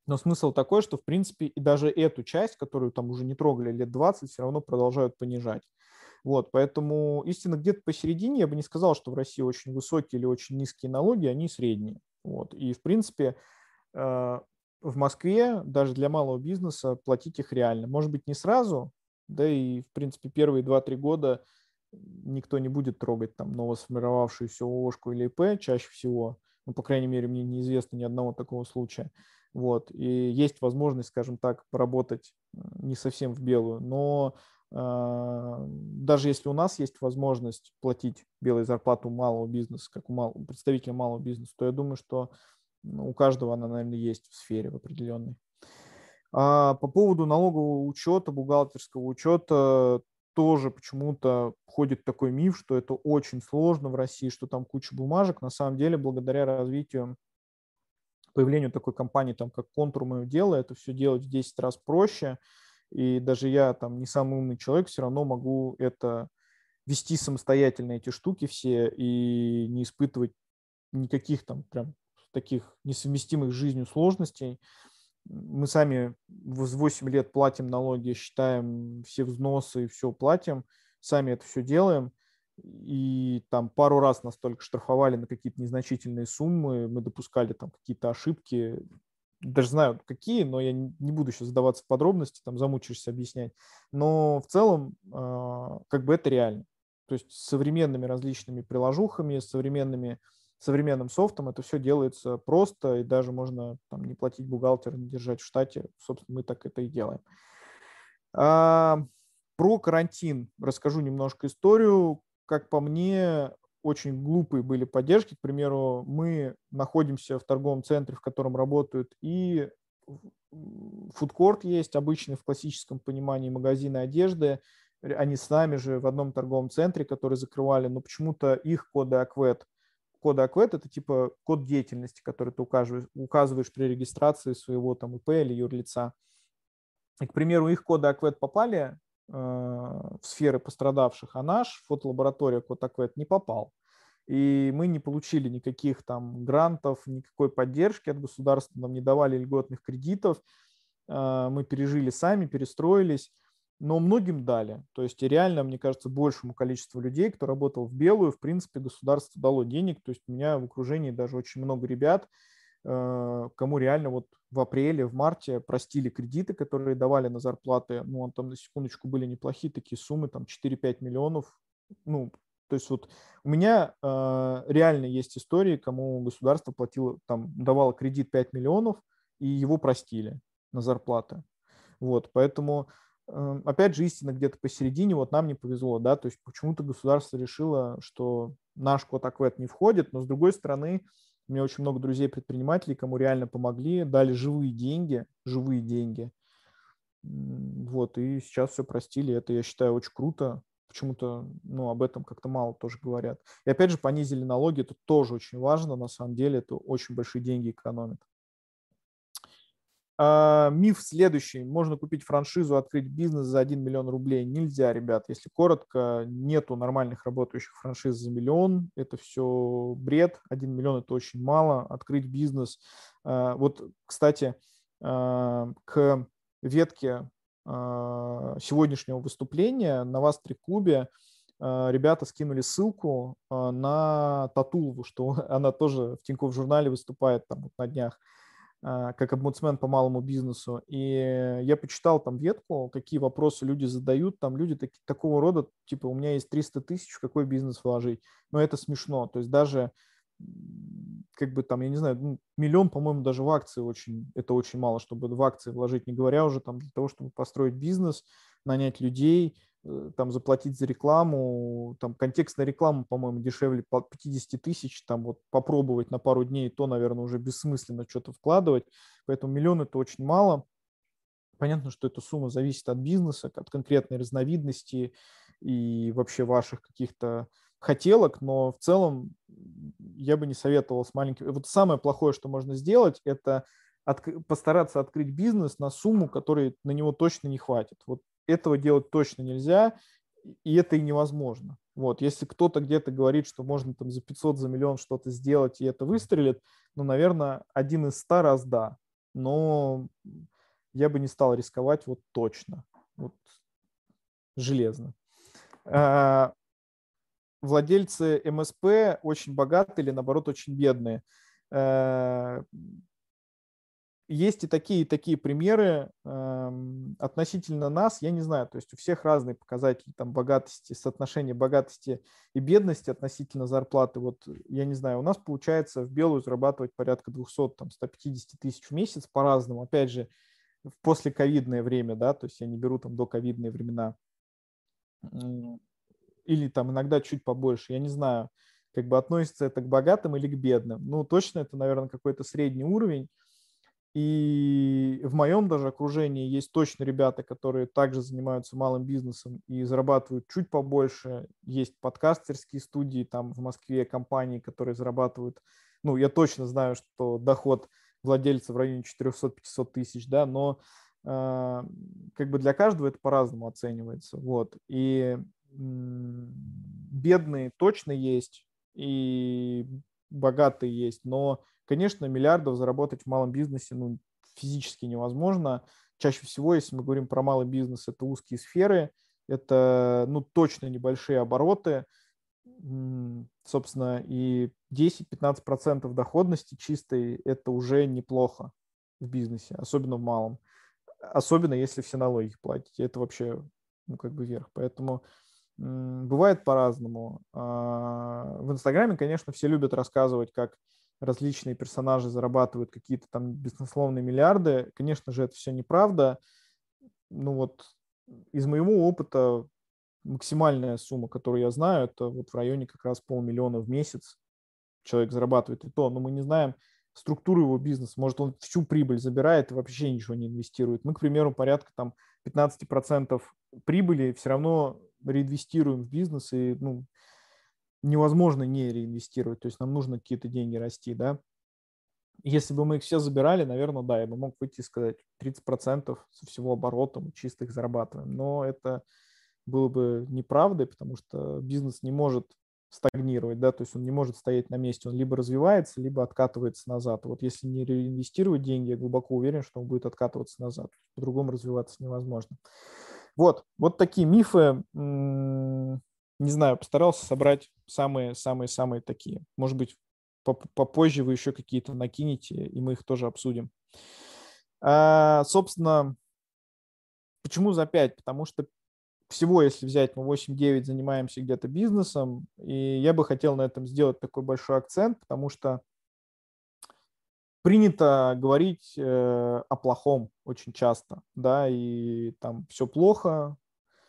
Но смысл такой, что, в принципе, и даже эту часть, которую там уже не трогали лет 20, все равно продолжают понижать. Вот, поэтому истинно где-то посередине, я бы не сказал, что в России очень высокие или очень низкие налоги, они средние. Вот. И, в принципе, в Москве даже для малого бизнеса платить их реально. Может быть, не сразу, да и, в принципе, первые 2-3 года никто не будет трогать там новосформировавшуюся ООшку или ИП чаще всего. Ну, по крайней мере, мне неизвестно ни одного такого случая. Вот. И есть возможность, скажем так, поработать не совсем в белую. Но даже если у нас есть возможность платить белую зарплату малого бизнеса, как у представителя малого бизнеса, то я думаю, что у каждого она, наверное, есть в сфере в определенной. По поводу налогового учета, бухгалтерского учета, тоже почему-то ходит такой миф, что это очень сложно в России, что там куча бумажек. На самом деле, благодаря развитию, появлению такой компании, там, как Контур Мое Дело, это все делать в 10 раз проще. И даже я там не самый умный человек, все равно могу это вести самостоятельно, эти штуки все, и не испытывать никаких там прям таких несовместимых с жизнью сложностей. Мы сами в 8 лет платим налоги, считаем все взносы, все платим, сами это все делаем. И там пару раз нас только штрафовали на какие-то незначительные суммы, мы допускали там какие-то ошибки, даже знаю какие, но я не буду сейчас сдаваться в подробности, там замучаешься объяснять. Но в целом как бы это реально. То есть с современными различными приложухами, с современным софтом это все делается просто, и даже можно там не платить бухгалтера, не держать в штате. Собственно, мы так это и делаем. Про карантин расскажу немножко историю. Как по мне, очень глупые были поддержки. К примеру, мы находимся в торговом центре, в котором работают и фудкорт есть, обычный в классическом понимании магазины одежды. Они с нами же в одном торговом центре, который закрывали, но почему-то их коды АКВЭД. Коды АКВЭД – это типа код деятельности, который ты указываешь при регистрации своего там ИП или юрлица. И, к примеру, их коды АКВЭД попали в сферы пострадавших, а наш фотолаборатория код АКВЭД не попал. И мы не получили никаких там грантов, никакой поддержки от государства, нам не давали льготных кредитов. Мы пережили сами, перестроились, но многим дали. То есть реально, мне кажется, большему количеству людей, кто работал в белую, в принципе, государство дало денег. То есть у меня в окружении даже очень много ребят, кому реально вот в апреле, в марте простили кредиты, которые давали на зарплаты. Ну, там на секундочку были неплохие такие суммы, там 4-5 миллионов. Ну, то есть вот у меня реально есть истории, кому государство платило, там давало кредит 5 миллионов, и его простили на зарплаты. Вот, поэтому, опять же, истина где-то посередине, вот нам не повезло, да, то есть почему-то государство решило, что наш код АКВЭД не входит, но с другой стороны, у меня очень много друзей-предпринимателей, кому реально помогли, дали живые деньги, вот, и сейчас все простили, это, я считаю, очень круто, почему-то, ну, об этом как-то мало тоже говорят. И опять же, понизили налоги, это тоже очень важно, на самом деле, это очень большие деньги экономит. Миф следующий. Можно купить франшизу, открыть бизнес за 1 миллион рублей. Нельзя, ребят. Если коротко, нету нормальных работающих франшиз за миллион. Это все бред. 1 миллион – это очень мало. Открыть бизнес. Вот, кстати, к ветке сегодняшнего выступления на Вастри-клубе ребята скинули ссылку на Татулову, что она тоже в Тинькофф журнале выступает там вот на днях как омбудсмен по малому бизнесу. И я почитал там ветку, какие вопросы люди задают. Там люди такого рода, типа, у меня есть 300 тысяч, в какой бизнес вложить? Но это смешно. То есть даже, как бы там, я не знаю, миллион, по-моему, даже в акции это очень мало, чтобы в акции вложить, не говоря уже там для того, чтобы построить бизнес, нанять людей, там заплатить за рекламу, там контекстная реклама, по-моему, дешевле 50 тысяч, там вот попробовать на пару дней, то, наверное, уже бессмысленно что-то вкладывать, поэтому миллион это очень мало. Понятно, что эта сумма зависит от бизнеса, от конкретной разновидности и вообще ваших каких-то хотелок, но в целом я бы не советовал с маленьким. Вот самое плохое, что можно сделать, это постараться открыть бизнес на сумму, которой на него точно не хватит. Вот этого делать точно нельзя, и это и невозможно. Вот, если кто-то где-то говорит, что можно там за 500, за миллион что-то сделать, и это выстрелит, ну, наверное, 1 из 100 раз да. но я бы не стал рисковать вот точно, вот железно. Владельцы МСП очень богатые или, наоборот, очень бедные. Есть и такие примеры относительно нас, я не знаю, то есть у всех разные показатели там богатости, соотношение богатости и бедности относительно зарплаты. Вот я не знаю, у нас получается в белую зарабатывать порядка 200-150 тысяч в месяц по-разному. Опять же, в послековидное время, да, то есть я не беру там доковидные времена. Или там иногда чуть побольше, я не знаю, как бы относится это к богатым или к бедным. Ну, точно это, наверное, какой-то средний уровень. И в моем даже окружении есть точно ребята, которые также занимаются малым бизнесом и зарабатывают чуть побольше. Есть подкастерские студии там в Москве, компании, которые зарабатывают. Ну, я точно знаю, что доход владельца в районе 400-500 тысяч, да, но как бы для каждого это по-разному оценивается. Вот. И бедные точно есть, и богатые есть, но, конечно, миллиардов заработать в малом бизнесе ну, физически невозможно. Чаще всего, если мы говорим про малый бизнес, это узкие сферы, это ну, точно небольшие обороты, собственно, и 10-15% доходности чистой – это уже неплохо в бизнесе, особенно в малом. Особенно если все налоги платите. Это вообще ну, как бы верх. Поэтому бывает по-разному. В Инстаграме, конечно, все любят рассказывать, как различные персонажи зарабатывают какие-то там беснословные миллиарды. Конечно же, это все неправда. Ну вот из моего опыта максимальная сумма, которую я знаю, это вот в районе как раз 500 000 в месяц человек зарабатывает и то, но мы не знаем структуру его бизнеса. Может, он всю прибыль забирает и вообще ничего не инвестирует. Мы, к примеру, порядка там 15% прибыли все равно реинвестируем в бизнес, и ну, невозможно не реинвестировать. То есть нам нужно какие-то деньги расти, да. Если бы мы их все забирали, наверное, да, я бы мог выйти и сказать 30% со всего оборота мы чисто их зарабатываем. Но это было бы неправдой, потому что бизнес не может стагнировать, да, то есть он не может стоять на месте, он либо развивается, либо откатывается назад. Вот если не реинвестировать деньги, я глубоко уверен, что он будет откатываться назад. По-другому развиваться невозможно. Вот такие мифы. Не знаю, постарался собрать самые такие. Может быть, попозже вы еще какие-то накинете, и мы их тоже обсудим. Собственно, почему за 5? Потому что всего, если взять, мы 8-9 занимаемся где-то бизнесом, и я бы хотел на этом сделать такой большой акцент, потому что принято говорить о плохом очень часто, да, и там все плохо,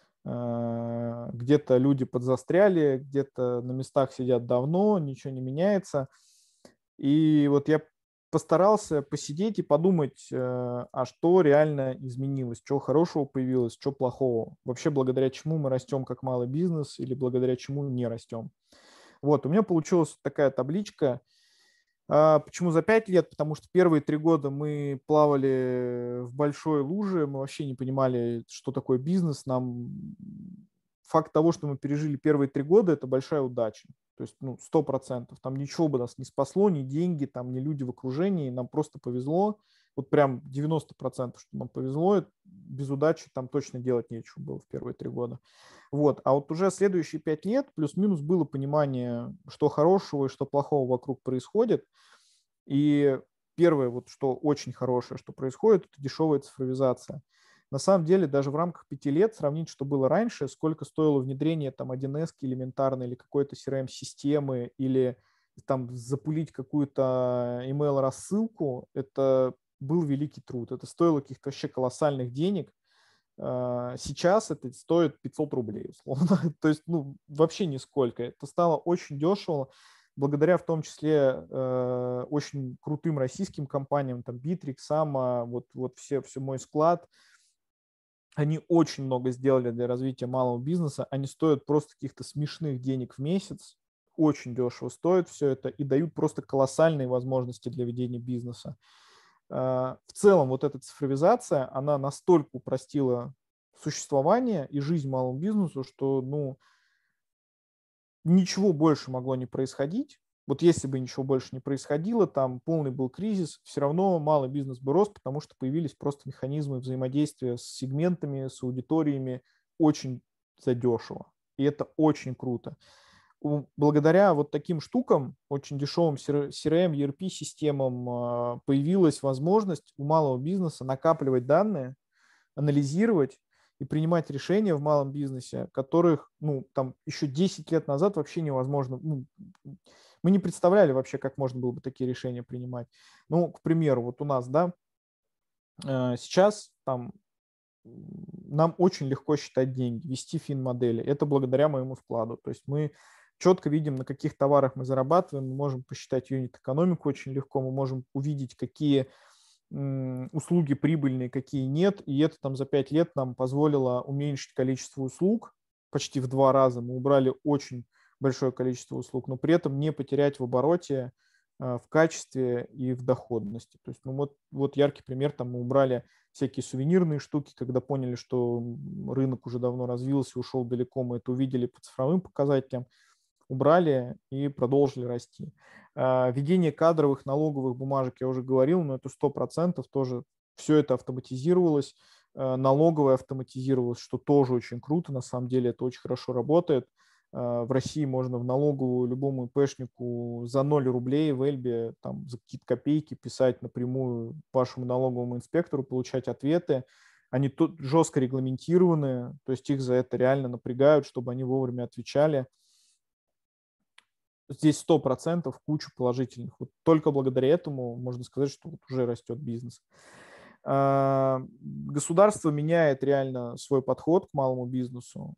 где-то люди подзастряли, где-то на местах сидят давно, ничего не меняется. И вот я постарался посидеть и подумать, а что реально изменилось, что хорошего появилось, что плохого. Вообще, благодаря чему мы растем как малый бизнес или благодаря чему не растем. Вот, у меня получилась такая табличка. Почему за 5 лет? Потому что первые 3 года мы плавали в большой луже, мы вообще не понимали, что такое бизнес. Нам факт того, что мы пережили первые 3 года, это большая удача. То есть, ну, 100%. Там ничего бы нас не спасло, ни деньги, там, ни люди в окружении. Нам просто повезло. Вот прям 90%, что нам повезло. Без удачи там точно делать нечего было в первые 3 года. Вот. А вот уже следующие 5 лет плюс-минус было понимание, что хорошего и что плохого вокруг происходит. И первое, вот, что очень хорошее, что происходит, это дешевая цифровизация. На самом деле, даже в рамках 5 лет сравнить, что было раньше, сколько стоило внедрение там 1С элементарной или какой-то CRM-системы, или там запулить какую-то email-рассылку, это был великий труд. Это стоило каких-то вообще колоссальных денег. Сейчас это стоит 500 рублей, условно. То есть, ну, вообще нисколько. Это стало очень дешево, благодаря в том числе очень крутым российским компаниям, там, Bittrex, Sama, вот все мой склад. Они очень много сделали для развития малого бизнеса. Они стоят просто каких-то смешных денег в месяц. Очень дешево стоит все это и дают просто колоссальные возможности для ведения бизнеса. В целом вот эта цифровизация, она настолько упростила существование и жизнь малому бизнесу, что ну, ничего больше могло не происходить. Вот если бы ничего больше не происходило, там полный был кризис, все равно малый бизнес бы рос, потому что появились просто механизмы взаимодействия с сегментами, с аудиториями очень задешево. И это очень круто. Благодаря вот таким штукам, очень дешевым CRM, ERP-системам появилась возможность у малого бизнеса накапливать данные, анализировать и принимать решения в малом бизнесе, которых, ну, там еще 10 лет назад вообще невозможно. Ну, мы не представляли вообще, как можно было бы такие решения принимать. Ну, к примеру, вот у нас, да, сейчас там нам очень легко считать деньги, вести фин-модели. Это благодаря моему вкладу. То есть мы четко видим, на каких товарах мы зарабатываем, мы можем посчитать юнит-экономику очень легко, мы можем увидеть, какие услуги прибыльные, какие нет. И это там за 5 лет нам позволило уменьшить количество услуг почти в 2 раза. Мы убрали очень большое количество услуг, но при этом не потерять в обороте, в качестве и в доходности. То есть, ну вот яркий пример, там мы убрали всякие сувенирные штуки, когда поняли, что рынок уже давно развился, ушел далеко, мы это увидели по цифровым показателям, убрали и продолжили расти. Введение кадровых налоговых бумажек, я уже говорил, но это 100% тоже все это автоматизировалось, налоговое автоматизировалось, что тоже очень круто, на самом деле это очень хорошо работает. В России можно в налоговую любому ИПшнику за 0 рублей в Эльбе там, за какие-то копейки писать напрямую вашему налоговому инспектору, получать ответы. Они тут жестко регламентированы, то есть их за это реально напрягают, чтобы они вовремя отвечали. Здесь 100% кучу положительных. Вот только благодаря этому можно сказать, что вот уже растет бизнес. Государство меняет реально свой подход к малому бизнесу.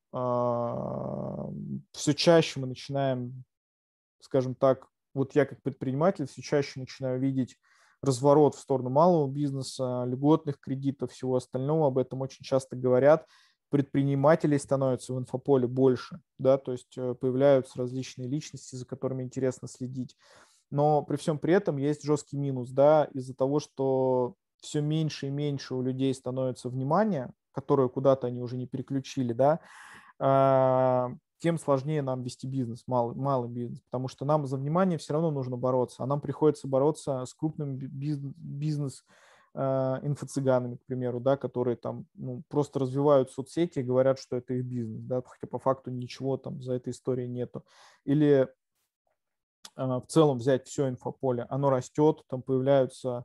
Все чаще мы начинаем, скажем так, вот я как предприниматель все чаще начинаю видеть разворот в сторону малого бизнеса, льготных кредитов, всего остального. Об этом очень часто говорят. Предпринимателей становится в инфополе больше, да, то есть появляются различные личности, за которыми интересно следить. Но при всем при этом есть жесткий минус, да, из-за того, что все меньше и меньше у людей становится внимания, которое куда-то они уже не переключили, да, тем сложнее нам вести бизнес, малый бизнес, потому что нам за внимание все равно нужно бороться, а нам приходится бороться с крупными бизнес инфо-цыганами, к примеру, да, которые там ну, просто развивают соцсети и говорят, что это их бизнес, да, хотя по факту ничего там за этой историей нету. Или в целом взять все инфополе, оно растет, там появляются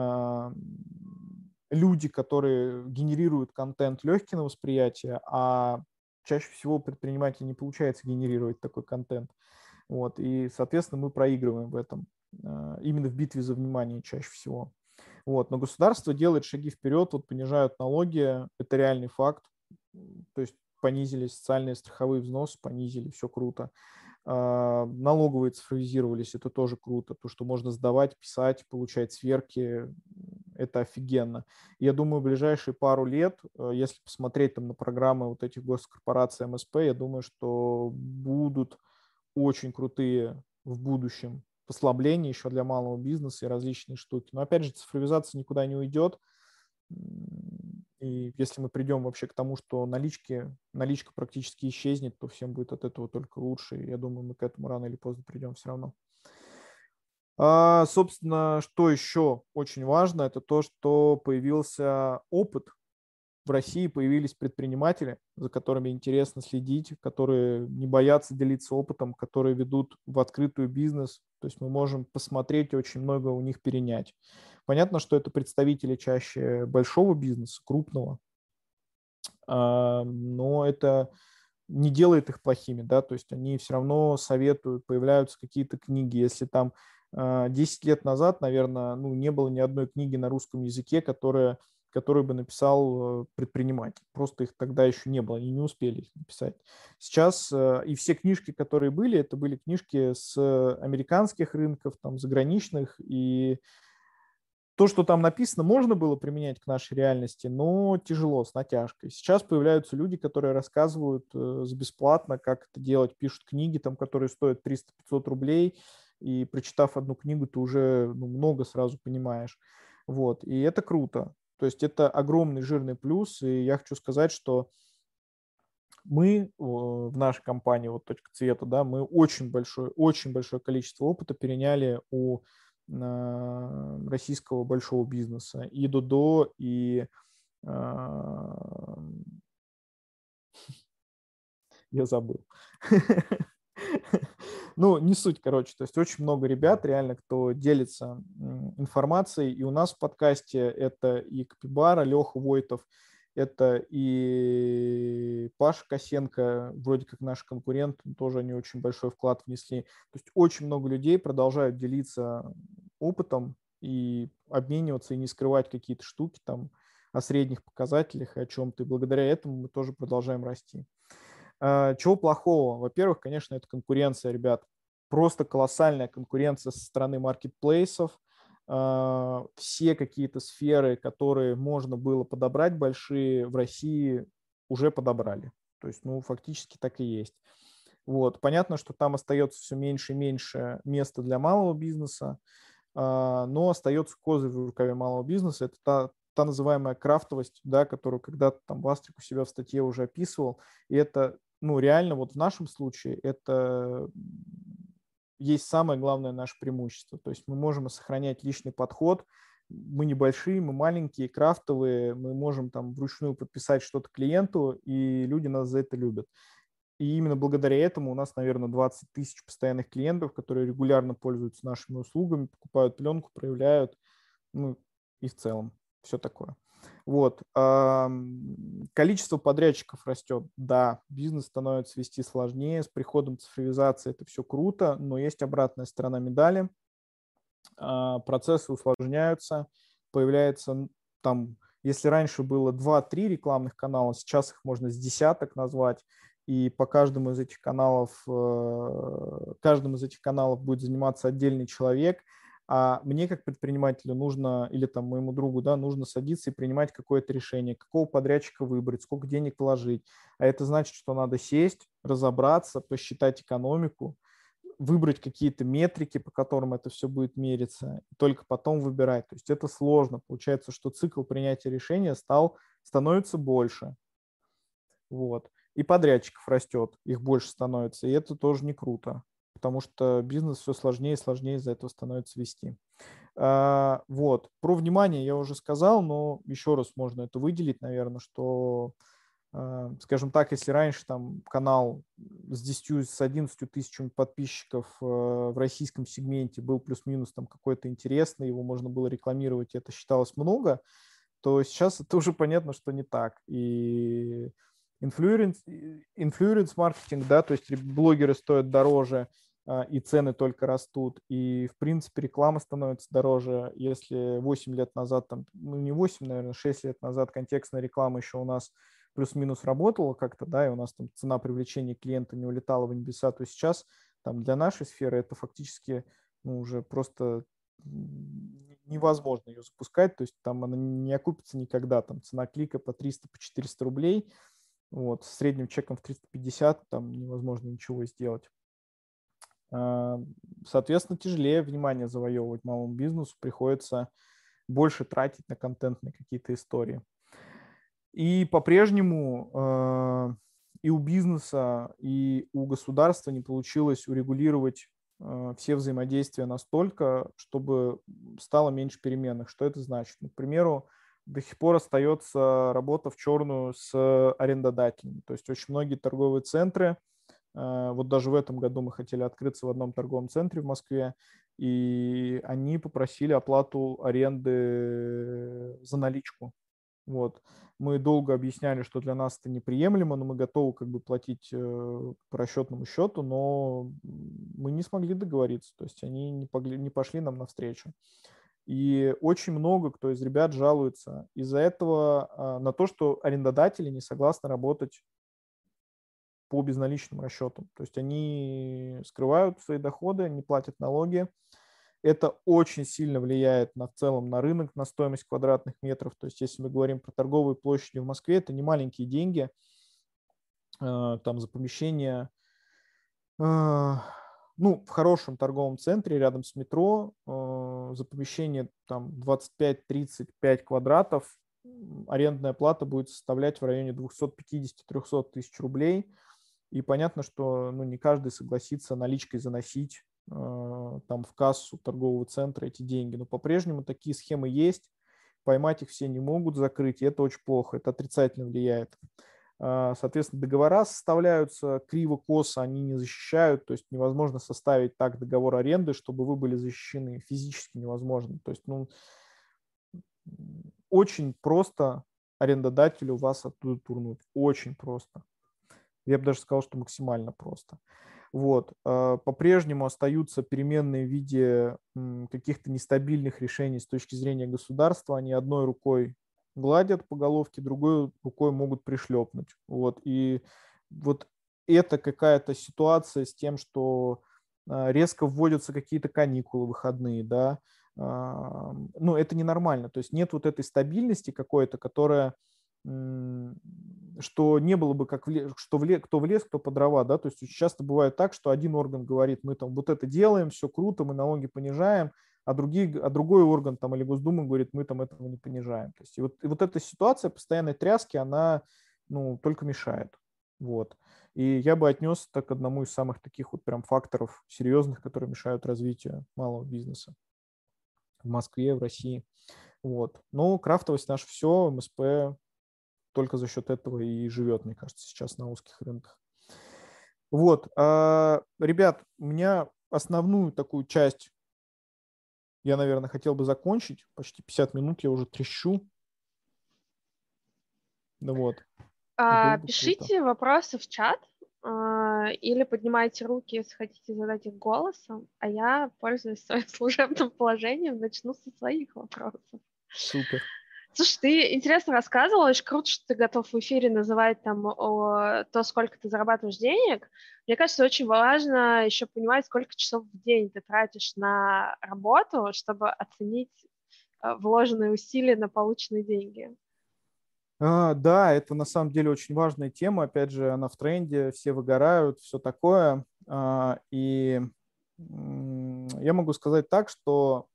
люди, которые генерируют контент легкий на восприятие, а чаще всего предпринимателю не получается генерировать такой контент. Вот, и, соответственно, мы проигрываем в этом, именно в битве за внимание чаще всего. Вот, но государство делает шаги вперед, вот понижают налоги, это реальный факт, то есть понизили социальные страховые взносы, понизили, все круто. Налоговые цифровизировались, это тоже круто, то, что можно сдавать, писать, получать сверки, это офигенно. Я думаю, в ближайшие пару лет, если посмотреть там на программы вот этих госкорпораций МСП, я думаю, что будут очень крутые в будущем послабления еще для малого бизнеса и различные штуки. Но опять же, цифровизация никуда не уйдет. И если мы придем вообще к тому, что наличка практически исчезнет, то всем будет от этого только лучше. И я думаю, мы к этому рано или поздно придем все равно. Собственно, что еще очень важно, это то, что появился опыт. В России появились предприниматели, за которыми интересно следить, которые не боятся делиться опытом, которые ведут в открытую бизнес. То есть мы можем посмотреть и очень много у них перенять. Понятно, что это представители чаще большого бизнеса, крупного, но это не делает их плохими, да, то есть они все равно советуют, появляются какие-то книги. Если там 10 лет назад, наверное, ну, не было ни одной книги на русском языке, которую бы написал предприниматель. Просто их тогда еще не было, они не успели их написать. Сейчас и все книжки, которые были, это были книжки с американских рынков, там, заграничных, и то, что там написано, можно было применять к нашей реальности, но тяжело, с натяжкой. Сейчас появляются люди, которые рассказывают бесплатно, как это делать, пишут книги, там, которые стоят 300-500 рублей, и прочитав одну книгу, ты уже много сразу понимаешь. Вот, и это круто. То есть это огромный жирный плюс, и я хочу сказать, что Мы в нашей компании, вот «Точка цвета», да, мы очень большое количество опыта переняли у российского большого бизнеса. И Додо, и я забыл. Ну, не суть, короче. То есть очень много ребят, реально, кто делится информацией. И у нас в подкасте это и Капибара, Леха Войтов, это и Паша Косенко, вроде как наш конкурент, тоже они очень большой вклад внесли. То есть очень много людей продолжают делиться опытом и обмениваться, и не скрывать какие-то штуки там о средних показателях и о чем-то. И благодаря этому мы тоже продолжаем расти. Чего плохого? Во-первых, конечно, это конкуренция, ребят. Просто колоссальная конкуренция со стороны маркетплейсов. Все какие-то сферы, которые можно было подобрать большие, в России уже подобрали. То есть, ну, фактически так и есть. Вот. Понятно, что там остается все меньше и меньше места для малого бизнеса, но остается козырь в рукаве малого бизнеса. Это та называемая крафтовость, да, которую когда-то там Бастрик у себя в статье уже описывал. И это, ну, реально вот в нашем случае это есть самое главное наше преимущество. То есть мы можем сохранять личный подход. Мы небольшие, мы маленькие, крафтовые, мы можем там вручную подписать что-то клиенту, и люди нас за это любят. И именно благодаря этому у нас, наверное, 20 тысяч постоянных клиентов, которые регулярно пользуются нашими услугами, покупают пленку, проявляют, ну и в целом все такое. Вот. Количество подрядчиков растет. Да, бизнес становится вести сложнее. С приходом цифровизации это все круто, но есть обратная сторона медали. Процессы усложняются. Появляется там, если раньше было 2-3 рекламных канала, сейчас их можно с десяток назвать. И по каждому из этих каналов будет заниматься отдельный человек. А мне как предпринимателю нужно, или там моему другу, да, нужно садиться и принимать какое-то решение, какого подрядчика выбрать, сколько денег вложить. А это значит, что надо сесть, разобраться, посчитать экономику, выбрать какие-то метрики, по которым это все будет мериться, и только потом выбирать. То есть это сложно. Получается, что цикл принятия решения становится больше. Вот. И подрядчиков растет, их больше становится, и это тоже не круто, потому что бизнес все сложнее и сложнее из-за этого становится вести. Вот. Про внимание я уже сказал, но еще раз можно это выделить, наверное, что, скажем так, если раньше там канал с 10, с 11 тысячами подписчиков в российском сегменте был плюс-минус там какой-то интересный, его можно было рекламировать, и это считалось много, то сейчас это уже понятно, что не так. И инфлюенс-маркетинг, да, то есть блогеры стоят дороже, и цены только растут, и, в принципе, реклама становится дороже. Если 8 лет назад, там, ну, не 8, наверное, 6 лет назад контекстная реклама еще у нас плюс-минус работала как-то, да, и у нас там цена привлечения клиента не улетала в небеса, то сейчас там для нашей сферы это фактически, ну, уже просто невозможно ее запускать, то есть там она не окупится никогда, там цена клика по 300, по 400 рублей, вот, с средним чеком в 350 там невозможно ничего сделать. Соответственно, тяжелее внимание завоевывать малому бизнесу, приходится больше тратить на контентные какие-то истории. И по-прежнему и у бизнеса, и у государства не получилось урегулировать все взаимодействия настолько, чтобы стало меньше переменных. Что это значит? Ну, к примеру, до сих пор остается работа в черную с арендодателями. То есть очень многие торговые центры, вот даже в этом году мы хотели открыться в одном торговом центре в Москве, и они попросили оплату аренды за наличку. Вот. Мы долго объясняли, что для нас это неприемлемо, но мы готовы как бы платить по расчетному счету, но мы не смогли договориться, то есть они не пошли нам навстречу. И очень много кто из ребят жалуется из-за этого на то, что арендодатели не согласны работать по безналичным расчетам. То есть они скрывают свои доходы, не платят налоги. Это очень сильно влияет в целом на рынок, на стоимость квадратных метров. То есть если мы говорим про торговые площади в Москве, это не маленькие деньги. Там за помещение, ну, в хорошем торговом центре рядом с метро за помещение там 25-35 квадратов арендная плата будет составлять в районе 250-300 тысяч рублей. И понятно, что не каждый согласится наличкой заносить там в кассу торгового центра эти деньги. Но по-прежнему такие схемы есть. Поймать их все не могут, закрыть, и это очень плохо, это отрицательно влияет. Соответственно, договора составляются криво-косо, они не защищают, то есть невозможно составить так договор аренды, чтобы вы были защищены, физически невозможно. То есть, очень просто арендодателю вас оттуда турнуть, очень просто. Я бы даже сказал, что максимально просто. Вот. По-прежнему остаются переменные в виде каких-то нестабильных решений с точки зрения государства. Они одной рукой гладят по головке, другой рукой могут пришлепнуть. Вот. И вот это какая-то ситуация с тем, что резко вводятся какие-то каникулы выходные, да, это ненормально. То есть нет вот этой стабильности какой-то, которая что не было бы как кто в лес, кто по дрова, да, то есть очень часто бывает так, что один орган говорит, мы там вот это делаем, все круто, мы налоги понижаем, а другой орган там или Госдума говорит, мы там этого не понижаем. То есть и вот эта ситуация постоянной тряски, она только мешает. Вот. И я бы отнес это к одному из самых таких вот прям факторов серьезных, которые мешают развитию малого бизнеса в Москве, в России. Вот. Но крафтовость наше все, МСП только за счет этого и живет, мне кажется, сейчас на узких рынках. Вот. Ребят, у меня основную такую часть я, наверное, хотел бы закончить. Почти 50 минут я уже трещу. Вот. Пишите вопросы в чат или поднимайте руки, если хотите задать их голосом, а я, пользуясь своим служебным положением, начну со своих вопросов. Супер. Слушай, ты интересно рассказывала, очень круто, что ты готов в эфире называть там то, сколько ты зарабатываешь денег. Мне кажется, очень важно еще понимать, сколько часов в день ты тратишь на работу, чтобы оценить вложенные усилия на полученные деньги. Да, это на самом деле очень важная тема. Опять же, она в тренде, все выгорают, все такое. И я могу сказать так, что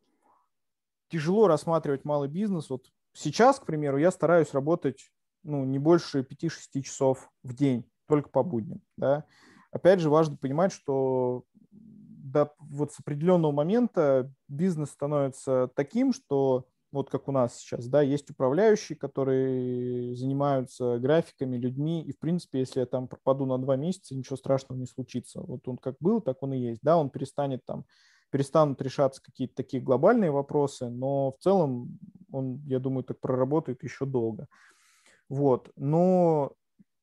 тяжело рассматривать малый бизнес. Вот сейчас, к примеру, я стараюсь работать не больше 5-6 часов в день, только по будням. Да? Опять же, важно понимать, что вот с определенного момента бизнес становится таким, что вот как у нас сейчас, да, есть управляющие, которые занимаются графиками, людьми, и, в принципе, если я там пропаду на 2 месяца, ничего страшного не случится. Вот он как был, так он и есть, да, он перестанут решаться какие-то такие глобальные вопросы, но в целом он, я думаю, так проработает еще долго. Вот, но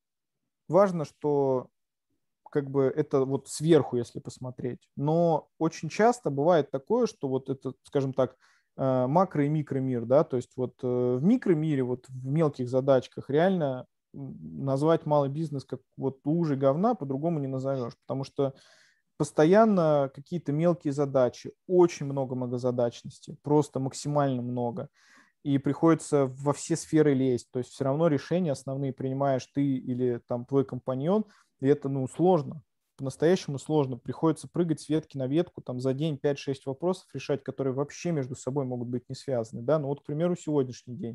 важно, что как бы это вот сверху, если посмотреть, но очень часто бывает такое, что вот это, скажем так, макро- и микромир, да, то есть вот в микромире, вот в мелких задачках реально назвать малый бизнес как вот лужи говна по-другому не назовешь, потому что постоянно какие-то мелкие задачи, очень много многозадачности, просто максимально много, и приходится во все сферы лезть, то есть все равно решения основные принимаешь ты или там твой компаньон, и это, сложно, по-настоящему сложно. Приходится прыгать с ветки на ветку, там за день 5-6 вопросов решать, которые вообще между собой могут быть не связаны. Да? Вот, к примеру, сегодняшний день.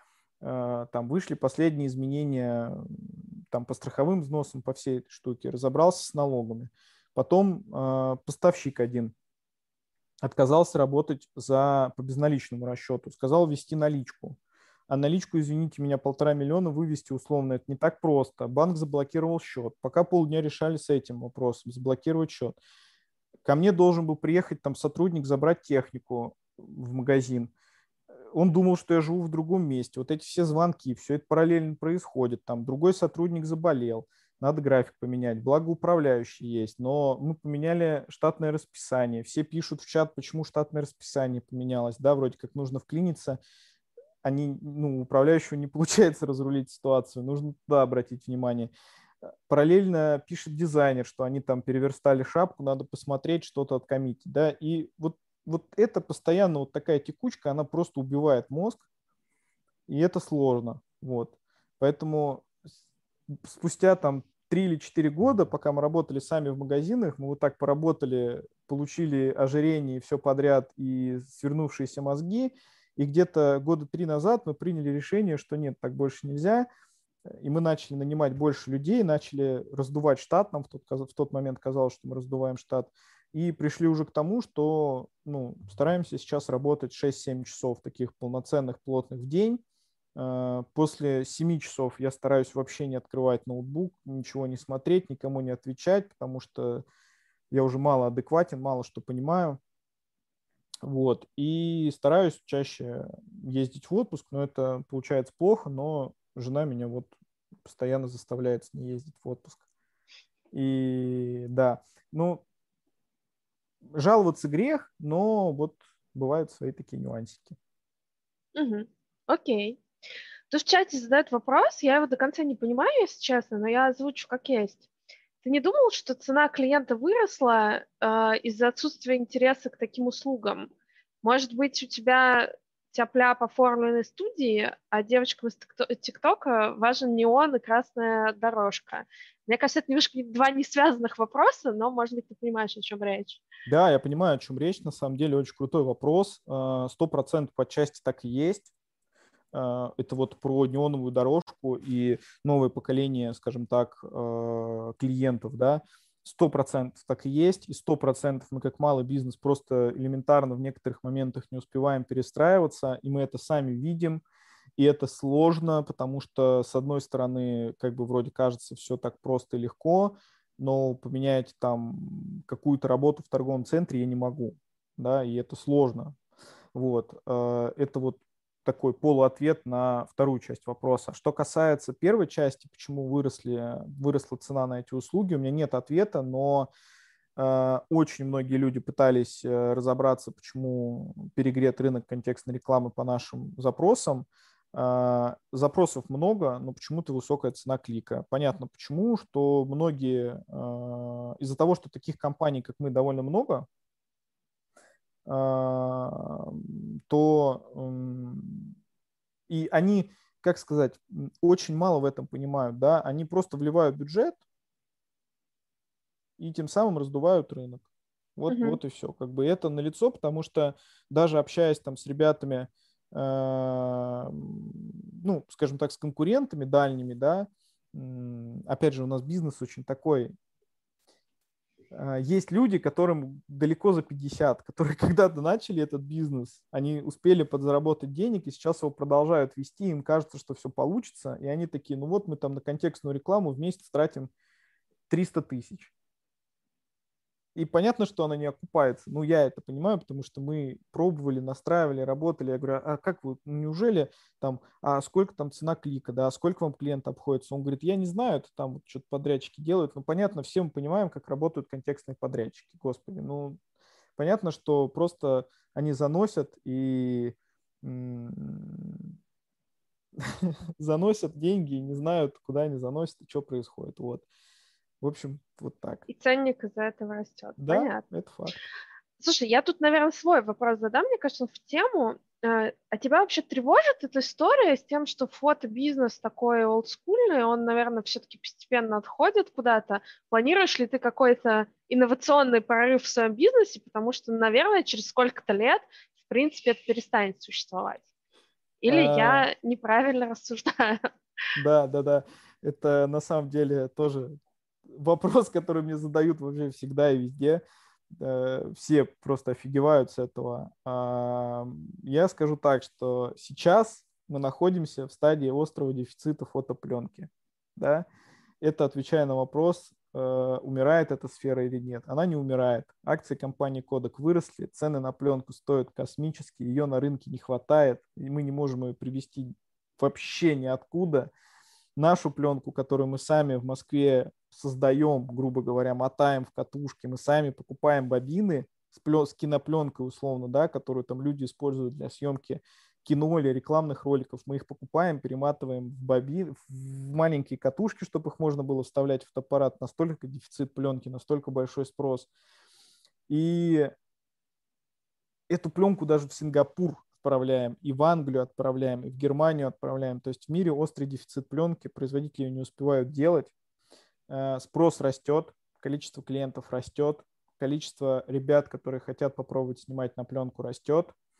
Там вышли последние изменения там, по страховым взносам, по всей этой штуке. Разобрался с налогами. Потом поставщик один отказался работать по безналичному расчету. Сказал ввести наличку. А наличку, извините меня, 1,5 миллиона вывести условно, это не так просто. Банк заблокировал счет. Пока полдня решали с этим вопросом, заблокировать счет. Ко мне должен был приехать там сотрудник, забрать технику в магазин. Он думал, что я живу в другом месте. Вот эти все звонки, все это параллельно происходит. Там другой сотрудник заболел, надо график поменять. Благо управляющий есть, но мы поменяли штатное расписание. Все пишут в чат, почему штатное расписание поменялось. Да, вроде как нужно вклиниться. Управляющего не получается разрулить ситуацию. Нужно туда обратить внимание. Параллельно пишет дизайнер, что они там переверстали шапку, надо посмотреть, что-то откоммитить. Да? И вот это постоянно вот такая текучка, она просто убивает мозг, и это сложно. Вот. Поэтому спустя там 3 или 4 года, пока мы работали сами в магазинах, мы вот так поработали, получили ожирение и все подряд, и свернувшиеся мозги, И где-то года 3 назад мы приняли решение, что нет, так больше нельзя. И мы начали нанимать больше людей, начали раздувать штат. Нам в тот момент казалось, что мы раздуваем штат. И пришли уже к тому, что стараемся сейчас работать 6-7 часов таких полноценных, плотных в день. После 7 часов я стараюсь вообще не открывать ноутбук, ничего не смотреть, никому не отвечать, потому что я уже мало адекватен, мало что понимаю. Вот. И стараюсь чаще ездить в отпуск, но это получается плохо, но жена меня вот постоянно заставляет с ней ездить в отпуск. И да, жаловаться грех, но вот бывают свои такие нюансики. Окей. Тут в чате задают вопрос, я его до конца не понимаю, если честно, но я озвучу как есть. Ты не думал, что цена клиента выросла из-за отсутствия интереса к таким услугам? Может быть, у тебя тяп-ляп оформленной студии, а девочкам из ТикТока важен неон и красная дорожка? Мне кажется, это немножко два не связанных вопроса, но, может быть, ты понимаешь, о чем речь. Да, я понимаю, о чем речь. На самом деле очень крутой вопрос. 100% по части так и есть. Это вот про неоновую дорожку и новое поколение, скажем так, клиентов, да, 100% так и есть, и 100% мы как малый бизнес просто элементарно в некоторых моментах не успеваем перестраиваться, и мы это сами видим, и это сложно, потому что, с одной стороны, как бы вроде кажется все так просто и легко, но поменять там какую-то работу в торговом центре я не могу, да, и это сложно. Вот, это вот такой полуответ на вторую часть вопроса. Что касается первой части, почему выросла цена на эти услуги, у меня нет ответа, но очень многие люди пытались разобраться, почему перегрет рынок контекстной рекламы по нашим запросам. Запросов много, но почему-то высокая цена клика. Понятно почему, что многие, из-за того, что таких компаний, как мы, довольно много, то и они, как сказать, очень мало в этом понимают, да, они просто вливают бюджет и тем самым раздувают рынок. Вот и все. Как бы это налицо, потому что даже общаясь там с ребятами, скажем так, с конкурентами дальними, да, опять же, у нас бизнес очень такой. Есть люди, которым далеко за 50, которые когда-то начали этот бизнес, они успели подзаработать денег и сейчас его продолжают вести, им кажется, что все получится, и они такие, мы там на контекстную рекламу в месяц тратим 300 тысяч. И понятно, что она не окупается. Я это понимаю, потому что мы пробовали, настраивали, работали. Я говорю, а как вы, неужели там, а сколько там цена клика, да, а сколько вам клиент обходится? Он говорит, я не знаю, это там вот что-то подрядчики делают. Понятно, все мы понимаем, как работают контекстные подрядчики, господи. Понятно, что просто они заносят и заносят деньги и не знают, куда они заносят и что происходит. Вот. В общем, вот так. И ценник из-за этого растет. Да, Понятно. это факт. Слушай, я тут, наверное, свой вопрос задам, мне кажется, в тему. А тебя вообще тревожит эта история с тем, что фотобизнес такой олдскульный, он, наверное, все-таки постепенно отходит куда-то? Планируешь ли ты какой-то инновационный прорыв в своем бизнесе? Потому что, наверное, через сколько-то лет, в принципе, это перестанет существовать. Или я неправильно рассуждаю? Да. Это на самом деле тоже вопрос, который мне задают вообще всегда и везде. Все просто офигевают с этого. Я скажу так, что сейчас мы находимся в стадии острого дефицита фотопленки. Да? Это отвечая на вопрос, умирает эта сфера или нет. Она не умирает. Акции компании Kodak выросли, цены на пленку стоят космически, ее на рынке не хватает, и мы не можем ее привезти вообще ниоткуда. Нашу пленку, которую мы сами в Москве создаем, грубо говоря, мотаем в катушке, мы сами покупаем бобины с кинопленкой условно, да, которую там люди используют для съемки кино или рекламных роликов, мы их покупаем, перематываем в маленькие катушки, чтобы их можно было вставлять в фотоаппарат. Настолько дефицит пленки, настолько большой спрос. И эту пленку даже в Сингапур отправляем, и в Англию отправляем, и в Германию отправляем. То есть в мире острый дефицит пленки, производители ее не успевают делать. Спрос растет, количество клиентов растет, количество ребят, которые хотят попробовать снимать на пленку, растет.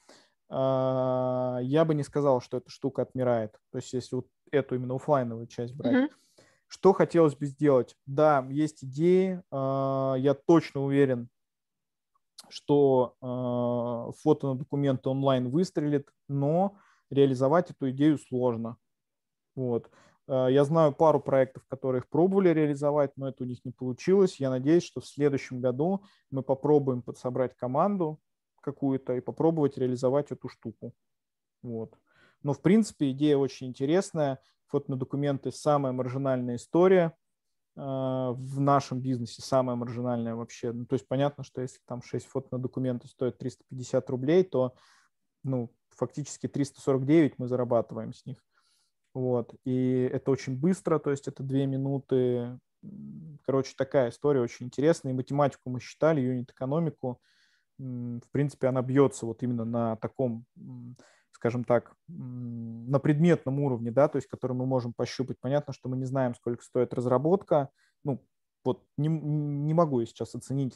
я бы не сказал, что эта штука отмирает. То есть если вот эту именно оффлайновую часть брать. Мгм. Что хотелось бы сделать? Да, есть идеи. Я точно уверен, что фото на документы онлайн выстрелит, но реализовать эту идею сложно. Вот. Я знаю пару проектов, которые их пробовали реализовать, но это у них не получилось. Я надеюсь, что в следующем году мы попробуем подсобрать команду какую-то и попробовать реализовать эту штуку. Вот. Но, в принципе, идея очень интересная. Фото на документы – самая маржинальная история в нашем бизнесе, самая маржинальная вообще. Ну, то есть понятно, что если там 6 фото на документы стоит 350 рублей, то ну, фактически 349 мы зарабатываем с них. Вот. И это очень быстро, то есть это 2 минуты. Короче, такая история очень интересная. И математику мы считали, юнит-экономику. В принципе, она бьется вот именно на таком, скажем так, на предметном уровне, да, то есть который мы можем пощупать. Понятно, что мы не знаем, сколько стоит разработка. Ну, вот не могу я сейчас оценить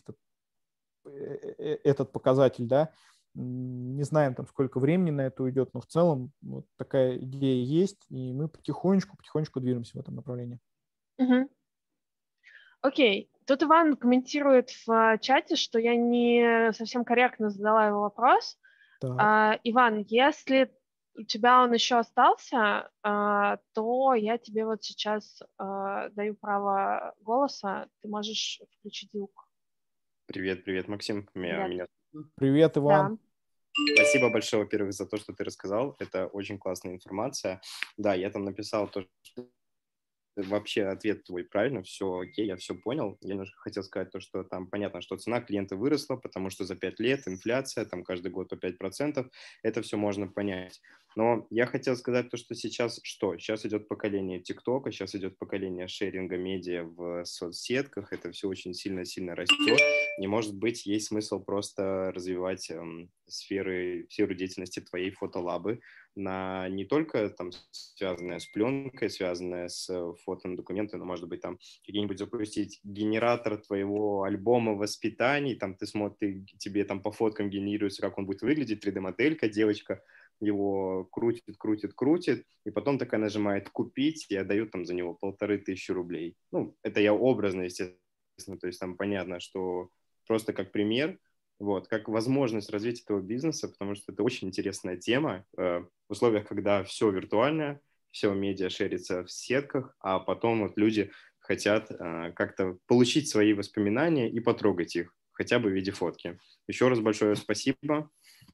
этот показатель, да, не знаем там, сколько времени на это уйдет, но в целом вот такая идея есть, и мы потихонечку движемся в этом направлении. Мгм. Окей. Тут Иван комментирует в чате, что я не совсем корректно задала его вопрос. Так. Иван, если у тебя он еще остался, то я тебе вот сейчас даю право голоса. Ты можешь включить звук. Привет, привет, Максим. Привет. Меня... Привет, Иван. Да. Спасибо большое, во-первых, за то, что ты рассказал. Это очень классная информация. Да, я там написал то, что вообще ответ твой правильно, все окей, я все понял. Я немножко хотел сказать то, что там понятно, что цена клиента выросла, потому что за 5 лет инфляция, там каждый год по 5%, это все можно понять. Но я хотел сказать то, что сейчас что? Сейчас идет поколение ТикТока, сейчас идет поколение шеринга медиа в соцсетках, это все очень сильно-сильно растет. Не может быть, есть смысл просто развивать сферу деятельности твоей фотолабы, на не только там связанное с пленкой, связанное с фото на документы, но, может быть, там какие-нибудь запустить генератор твоего альбома воспитаний, там ты смотришь, тебе там по фоткам генерируется, как он будет выглядеть, 3D-моделька, девочка его крутит, и потом такая нажимает «купить», и отдают там за него 1500 рублей. Ну, это я образно, естественно, то есть там понятно, что просто как пример, вот, как возможность развить этого бизнеса, потому что это очень интересная тема в условиях, когда все виртуальное, все медиа шерится в сетках, а потом вот люди хотят как-то получить свои воспоминания и потрогать их, хотя бы в виде фотки. Еще раз большое спасибо.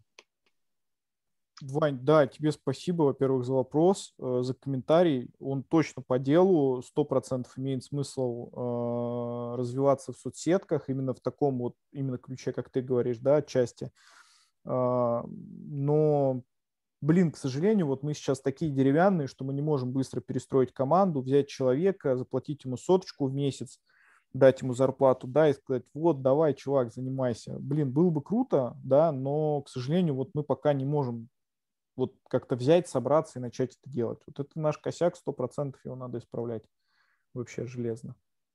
Вань, да, тебе спасибо, во-первых, за вопрос, за комментарий. Он точно по делу, 100% имеет смысл развиваться в соцсетках именно в таком вот именно ключе, как ты говоришь, да, отчасти. Но, блин, к сожалению, вот мы сейчас такие деревянные, что мы не можем быстро перестроить команду, взять человека, заплатить ему 100 в месяц, дать ему зарплату, да, и сказать, вот, давай, чувак, занимайся. Блин, было бы круто, да, но, к сожалению, вот мы пока не можем вот как-то взять, собраться и начать это делать. Вот это наш косяк, 100% его надо исправлять вообще железно.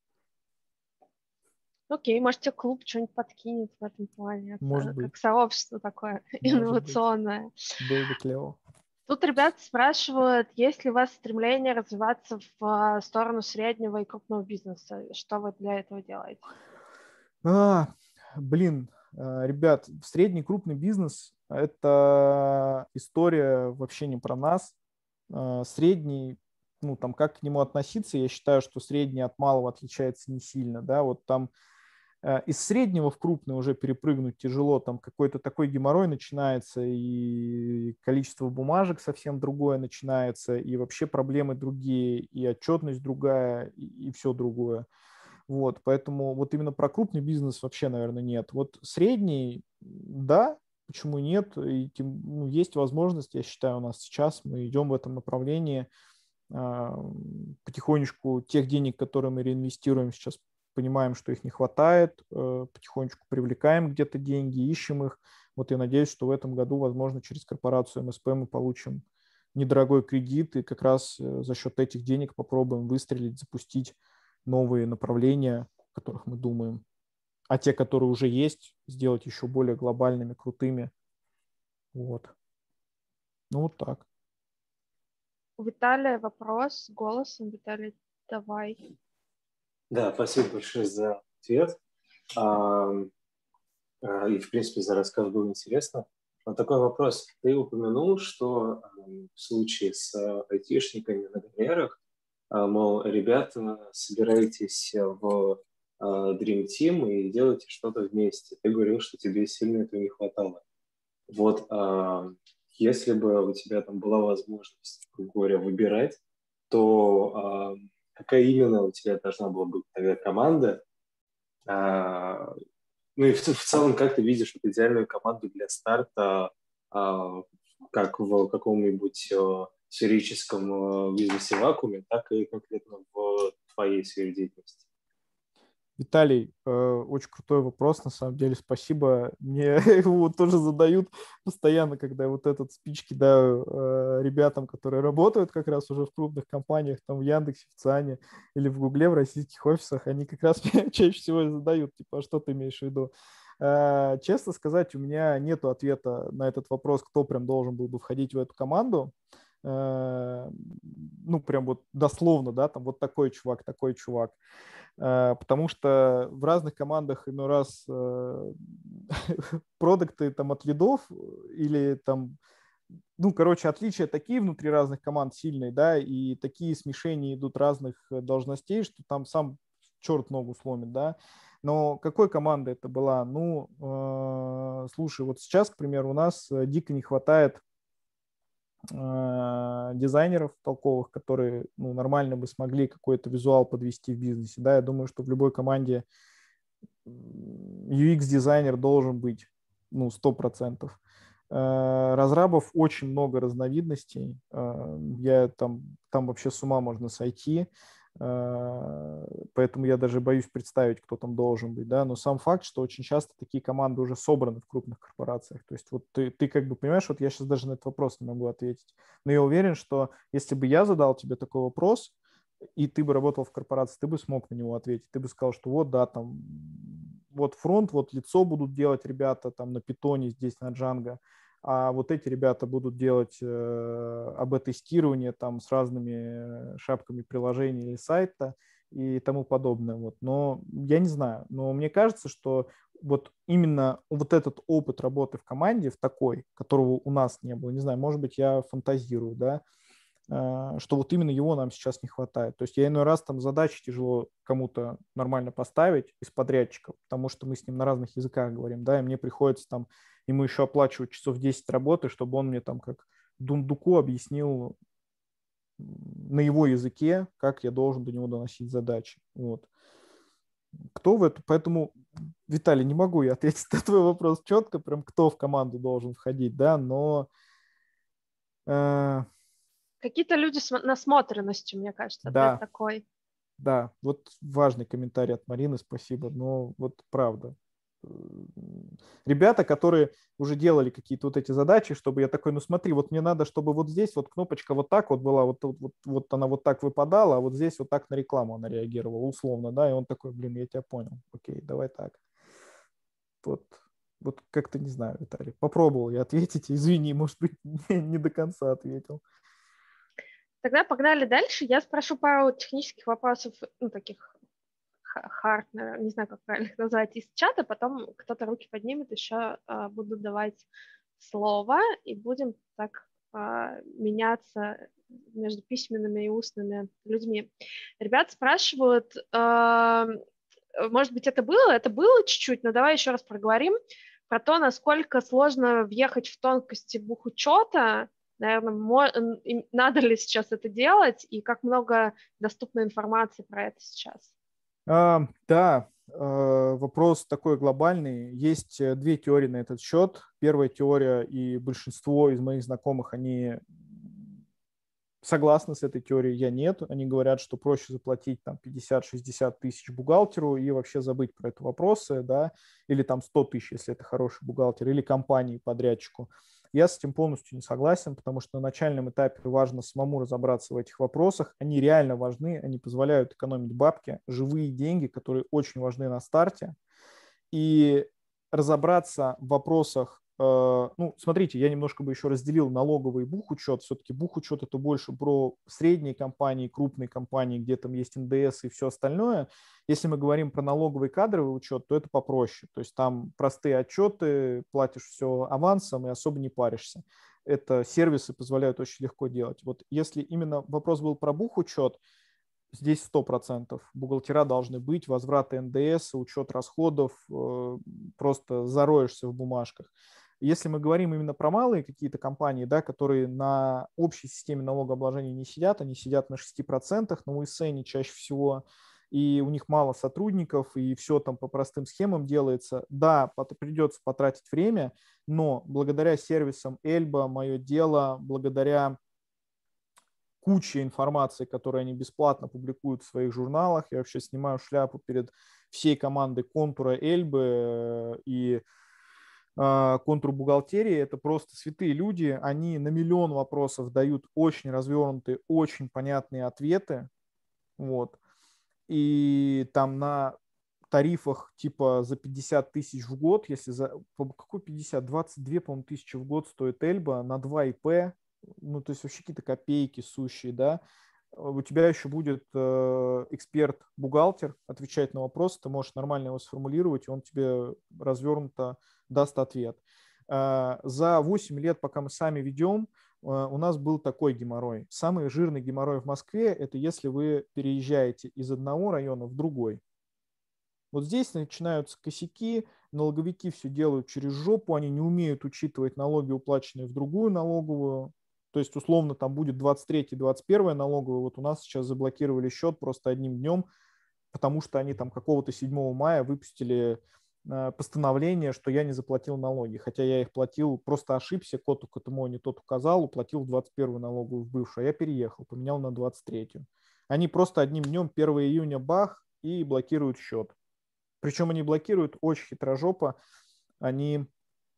Окей, может, тебе клуб что-нибудь подкинет в этом плане, Может быть. как сообщество такое инновационное. Было бы клево. Тут ребята спрашивают, есть ли у вас стремление развиваться в сторону среднего и крупного бизнеса? Что вы для этого делаете? Блин, ребят, средний крупный бизнес – это история вообще не про нас. Средний, ну там как к нему относиться, я считаю, что средний от малого отличается не сильно, да, вот там из среднего в крупный уже перепрыгнуть тяжело, там какой-то такой геморрой начинается, и количество бумажек совсем другое начинается, и вообще проблемы другие, и отчетность другая, и все другое. Вот, поэтому вот именно про крупный бизнес вообще, наверное, нет. Вот средний, да, почему нет? И ну, есть возможность, я считаю, у нас сейчас мы идем в этом направлении. Потихонечку тех денег, которые мы реинвестируем сейчас, понимаем, что их не хватает, потихонечку привлекаем где-то деньги, ищем их. Вот я надеюсь, что в этом году, возможно, через корпорацию МСП мы получим недорогой кредит и как раз за счет этих денег попробуем выстрелить, запустить новые направления, о которых мы думаем. А те, которые уже есть, сделать еще более глобальными, крутыми. Вот. Ну, вот так. У Виталия вопрос голосом. Виталий, давай. Да, спасибо большое за ответ. И, в принципе, за рассказ было интересно. Вот такой вопрос. Ты упомянул, что в случае с айтишниками на галерах, мол, ребята, собираетесь в Dream Team и делаете что-то вместе. Ты говорил, что тебе сильно этого не хватало. Вот если бы у тебя там была возможность, грубо говоря, выбирать, то какая именно у тебя должна была быть тогда команда? Ну и в целом, как ты видишь вот идеальную команду для старта, как в каком-нибудь сферическом бизнесе-вакууме, так и конкретно в твоей сфере деятельности? Виталий, очень крутой вопрос, на самом деле, спасибо. Мне его тоже задают постоянно, когда вот этот спич кидаю ребятам, которые работают как раз уже в крупных компаниях, там в Яндексе, в ЦИАНе или в Гугле, в российских офисах, они как раз меня чаще всего и задают, типа, а что ты имеешь в виду? Честно сказать, у меня нет ответа на этот вопрос, кто прям должен был бы входить в эту команду. Ну, прям вот дословно, да, там вот такой чувак, потому что в разных командах иной раз продукты там от лидов или там, ну, короче, отличия такие внутри разных команд сильные, да, и такие смешения идут разных должностей, что там сам черт ногу сломит, да. Но какой команда это была? Ну, слушай, вот сейчас, к примеру, у нас дико не хватает дизайнеров толковых, которые, ну, нормально бы смогли какой-то визуал подвести в бизнесе. Да, я думаю, что в любой команде UX-дизайнер должен быть, ну, 100%. Разрабов очень много разновидностей. Я там вообще с ума можно сойти. Поэтому я даже боюсь представить, кто там должен быть, да, но сам факт, что очень часто такие команды уже собраны в крупных корпорациях, то есть вот ты как бы понимаешь, вот я сейчас даже на этот вопрос не могу ответить, но я уверен, что если бы я задал тебе такой вопрос, и ты бы работал в корпорации, ты бы смог на него ответить, ты бы сказал, что вот, да, там, вот фронт, вот лицо будут делать ребята там на питоне, здесь на Django, а вот эти ребята будут делать АБ-тестирование там с разными шапками приложений или сайта и тому подобное. Вот. Но я не знаю, но мне кажется, что вот именно вот этот опыт работы в команде, в такой, которого у нас не было, не знаю, может быть, я фантазирую, да, что вот именно его нам сейчас не хватает. То есть я иной раз там задачи тяжело кому-то нормально поставить из подрядчиков, потому что мы с ним на разных языках говорим, да, и мне приходится там ему еще оплачивать часов 10 работы, чтобы он мне там как дундуку объяснил на его языке, как я должен до него доносить задачи. Вот. Кто в это? Поэтому, Виталий, не могу я ответить на твой вопрос четко, прям кто в команду должен входить, да, но... Какие-то люди с насмотренностью, мне кажется, да, ответ такой. Да, вот важный комментарий от Марины, спасибо, но вот правда. Ребята, которые уже делали какие-то вот эти задачи, чтобы я такой, ну смотри, вот мне надо, чтобы вот здесь вот кнопочка вот так вот была, вот она вот так выпадала, а вот здесь вот так на рекламу она реагировала, условно, да, и он такой, блин, я тебя понял, окей, давай так. Вот как-то не знаю, Виталий, попробовал я ответить, извини, может быть, не до конца ответил. Тогда погнали дальше. Я спрошу пару технических вопросов, ну, таких хард, не знаю, как правильно их назвать, из чата, потом кто-то руки поднимет, еще буду давать слово, и будем так меняться между письменными и устными людьми. Ребят спрашивают, может быть, это было чуть-чуть, но давай еще раз проговорим про то, насколько сложно въехать в тонкости бухучета. Наверное, надо ли сейчас это делать, и как много доступной информации про это сейчас? Да, вопрос такой глобальный. Есть две теории на этот счет. Первая теория, и большинство из моих знакомых, они согласны с этой теорией, я нет. Они говорят, что проще заплатить там 50-60 тысяч бухгалтеру и вообще забыть про эти вопросы, да, или там 100 тысяч, если это хороший бухгалтер, или компании, подрядчику. Я с этим полностью не согласен, потому что на начальном этапе важно самому разобраться в этих вопросах. Они реально важны, они позволяют экономить бабки, живые деньги, которые очень важны на старте. И разобраться в вопросах ну, смотрите, я немножко бы еще разделил налоговый и бухучет. Все-таки бухучет это больше про средние компании, крупные компании, где там есть НДС и все остальное. Если мы говорим про налоговый кадровый учет, то это попроще. То есть там простые отчеты, платишь все авансом и особо не паришься. Это сервисы позволяют очень легко делать. Вот если именно вопрос был про бухучет, здесь 100%. Бухгалтера должны быть, возвраты НДС, учет расходов, просто зароешься в бумажках. Если мы говорим именно про малые какие-то компании, да, которые на общей системе налогообложения не сидят, они сидят на 6%, на УСН чаще всего, и у них мало сотрудников, и все там по простым схемам делается. Да, придется потратить время, но благодаря сервисам Эльба, Мое дело, благодаря куча информации, которую они бесплатно публикуют в своих журналах. Я вообще снимаю шляпу перед всей командой контура Эльбы и контур бухгалтерии. Это просто святые люди. Они на миллион вопросов дают очень развернутые, очень понятные ответы. Вот. И там на тарифах типа за 50 тысяч в год, если за... Какой 50? 22, по-моему, тысячи в год стоит Эльба на 2 ИП, ну, то есть вообще какие-то копейки сущие, да. У тебя еще будет эксперт-бухгалтер отвечать на вопросы, ты можешь нормально его сформулировать, и он тебе развернуто даст ответ. За 8 лет, пока мы сами ведем, у нас был такой геморрой. Самый жирный геморрой в Москве – это если вы переезжаете из одного района в другой. Вот здесь начинаются косяки, налоговики все делают через жопу, они не умеют учитывать налоги, уплаченные в другую налоговую. То есть, условно, там будет 23-21 налоговая. Вот у нас сейчас заблокировали счет просто одним днем, потому что они там какого-то 7 мая выпустили постановление, что я не заплатил налоги. Хотя я их платил, просто ошибся, код у КТМО не тот указал, уплатил в 21 налоговую в бывшую, а я переехал, поменял на 23-ю. Они просто одним днем 1 июня бах и блокируют счет. Причем они блокируют очень хитрожопо, они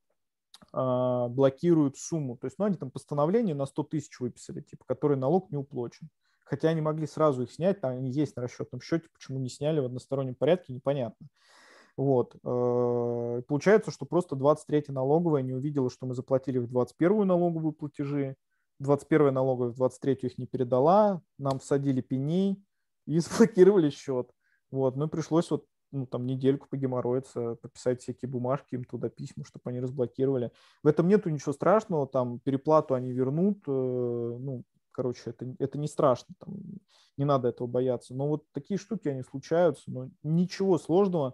блокируют сумму. То есть, ну, они там постановление на 100 тысяч выписали, типа, который налог не уплачен. Хотя они могли сразу их снять, там они есть на расчетном счете, почему не сняли в одностороннем порядке, непонятно. Вот. Получается, что просто 23-я налоговая не увидела, что мы заплатили в 21-ю налоговую платежи, 21-я налоговая в 23-ю их не передала, нам всадили пеней и заблокировали счет. Вот. Ну, пришлось вот там недельку погеморроиться, пописать всякие бумажки, им туда письма, чтобы они разблокировали. В этом нету ничего страшного, там переплату они вернут, ну, короче, это не страшно, там, не надо этого бояться. Но вот такие штуки, они случаются, но ничего сложного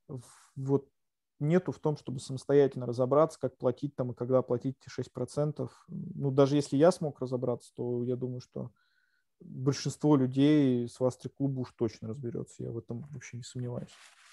вот нету в том, чтобы самостоятельно разобраться, как платить там и когда платить эти 6%. Ну, даже если я смог разобраться, то я думаю, что большинство людей с Вастри-клуба уж точно разберется. Я в этом вообще не сомневаюсь.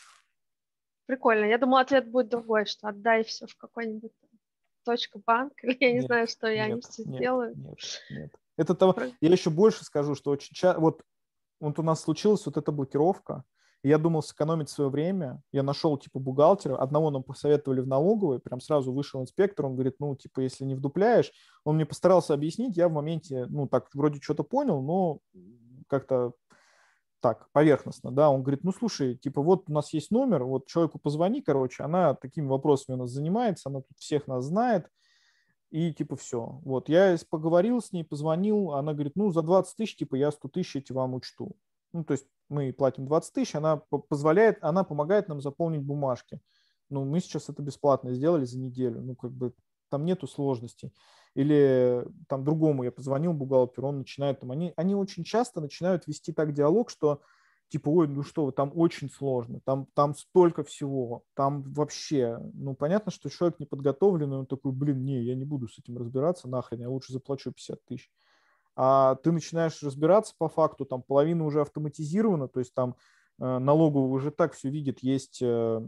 Прикольно. Я думала, ответ будет другой, что отдай все в какой-нибудь .банк, или я не знаю, что я они все сделают. Нет. Это того... Я еще больше скажу, что очень часто... Вот у нас случилась вот эта блокировка, и я думал сэкономить свое время. Я нашел, типа, бухгалтера. Одного нам посоветовали в налоговой. Прям сразу вышел инспектор. Он говорит, ну, типа, если не вдупляешь. Он мне постарался объяснить. Я в моменте, ну, так, вроде что-то понял, но как-то так, поверхностно, да. Он говорит, ну, слушай, типа, вот у нас есть номер, вот человеку позвони, короче, она такими вопросами у нас занимается, она тут всех нас знает. И типа все. Вот я поговорил с ней, позвонил, она говорит, ну, за 20 тысяч, типа, я 100 тысяч эти вам учту. Ну, то есть мы платим 20 тысяч, она позволяет, она помогает нам заполнить бумажки. Ну, мы сейчас это бесплатно сделали за неделю. Ну, как бы там нету сложностей. Или там другому я позвонил бухгалтеру, он начинает там, они очень часто начинают вести так диалог, что типа, ой, ну что вы, там очень сложно, там столько всего, там вообще, ну, понятно, что человек неподготовленный, он такой, блин, не, я не буду с этим разбираться, нахрен, я лучше заплачу 50 тысяч. А ты начинаешь разбираться по факту, там половина уже автоматизирована, то есть там налоговый уже так все видит, есть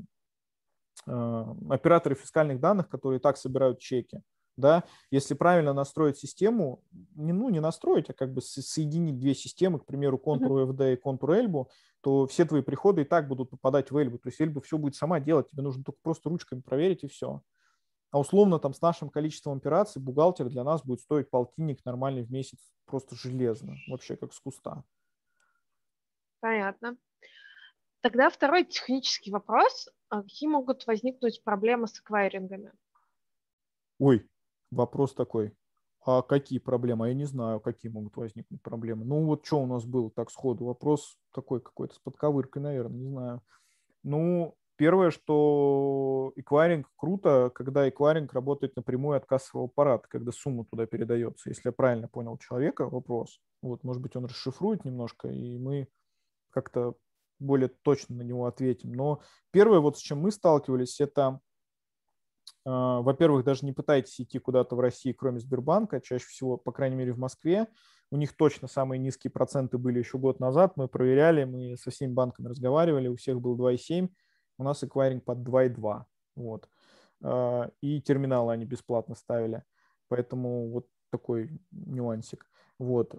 операторы фискальных данных, которые так собирают чеки. Да, если правильно настроить систему, не настроить, а как бы соединить две системы, к примеру, контур ОФД и контур Эльбу, то все твои приходы и так будут попадать в Эльбу. То есть Эльба все будет сама делать, тебе нужно только просто ручками проверить и все. А условно там с нашим количеством операций бухгалтер для нас будет стоить полтинник нормальный в месяц, просто железно, вообще как с куста. Понятно. Тогда второй технический вопрос. Какие могут возникнуть проблемы с эквайрингами? Ой, вопрос такой. А какие проблемы? А я не знаю, какие могут возникнуть проблемы. Ну вот что у нас было так сходу? Вопрос такой какой-то с подковыркой, наверное, не знаю. Ну, первое, что эквайринг круто, когда эквайринг работает напрямую от кассового аппарата, когда сумма туда передается. Если я правильно понял человека, вопрос. Вот, может быть, он расшифрует немножко, и мы как-то более точно на него ответим. Но первое, вот с чем мы сталкивались, это, во-первых, даже не пытайтесь идти куда-то в России, кроме Сбербанка. Чаще всего, по крайней мере, в Москве. У них точно самые низкие проценты были еще год назад. Мы проверяли, мы со всеми банками разговаривали, у всех был 2,7, у нас эквайринг под 2,2. Вот. И терминалы они бесплатно ставили. Поэтому вот такой нюансик. Вот.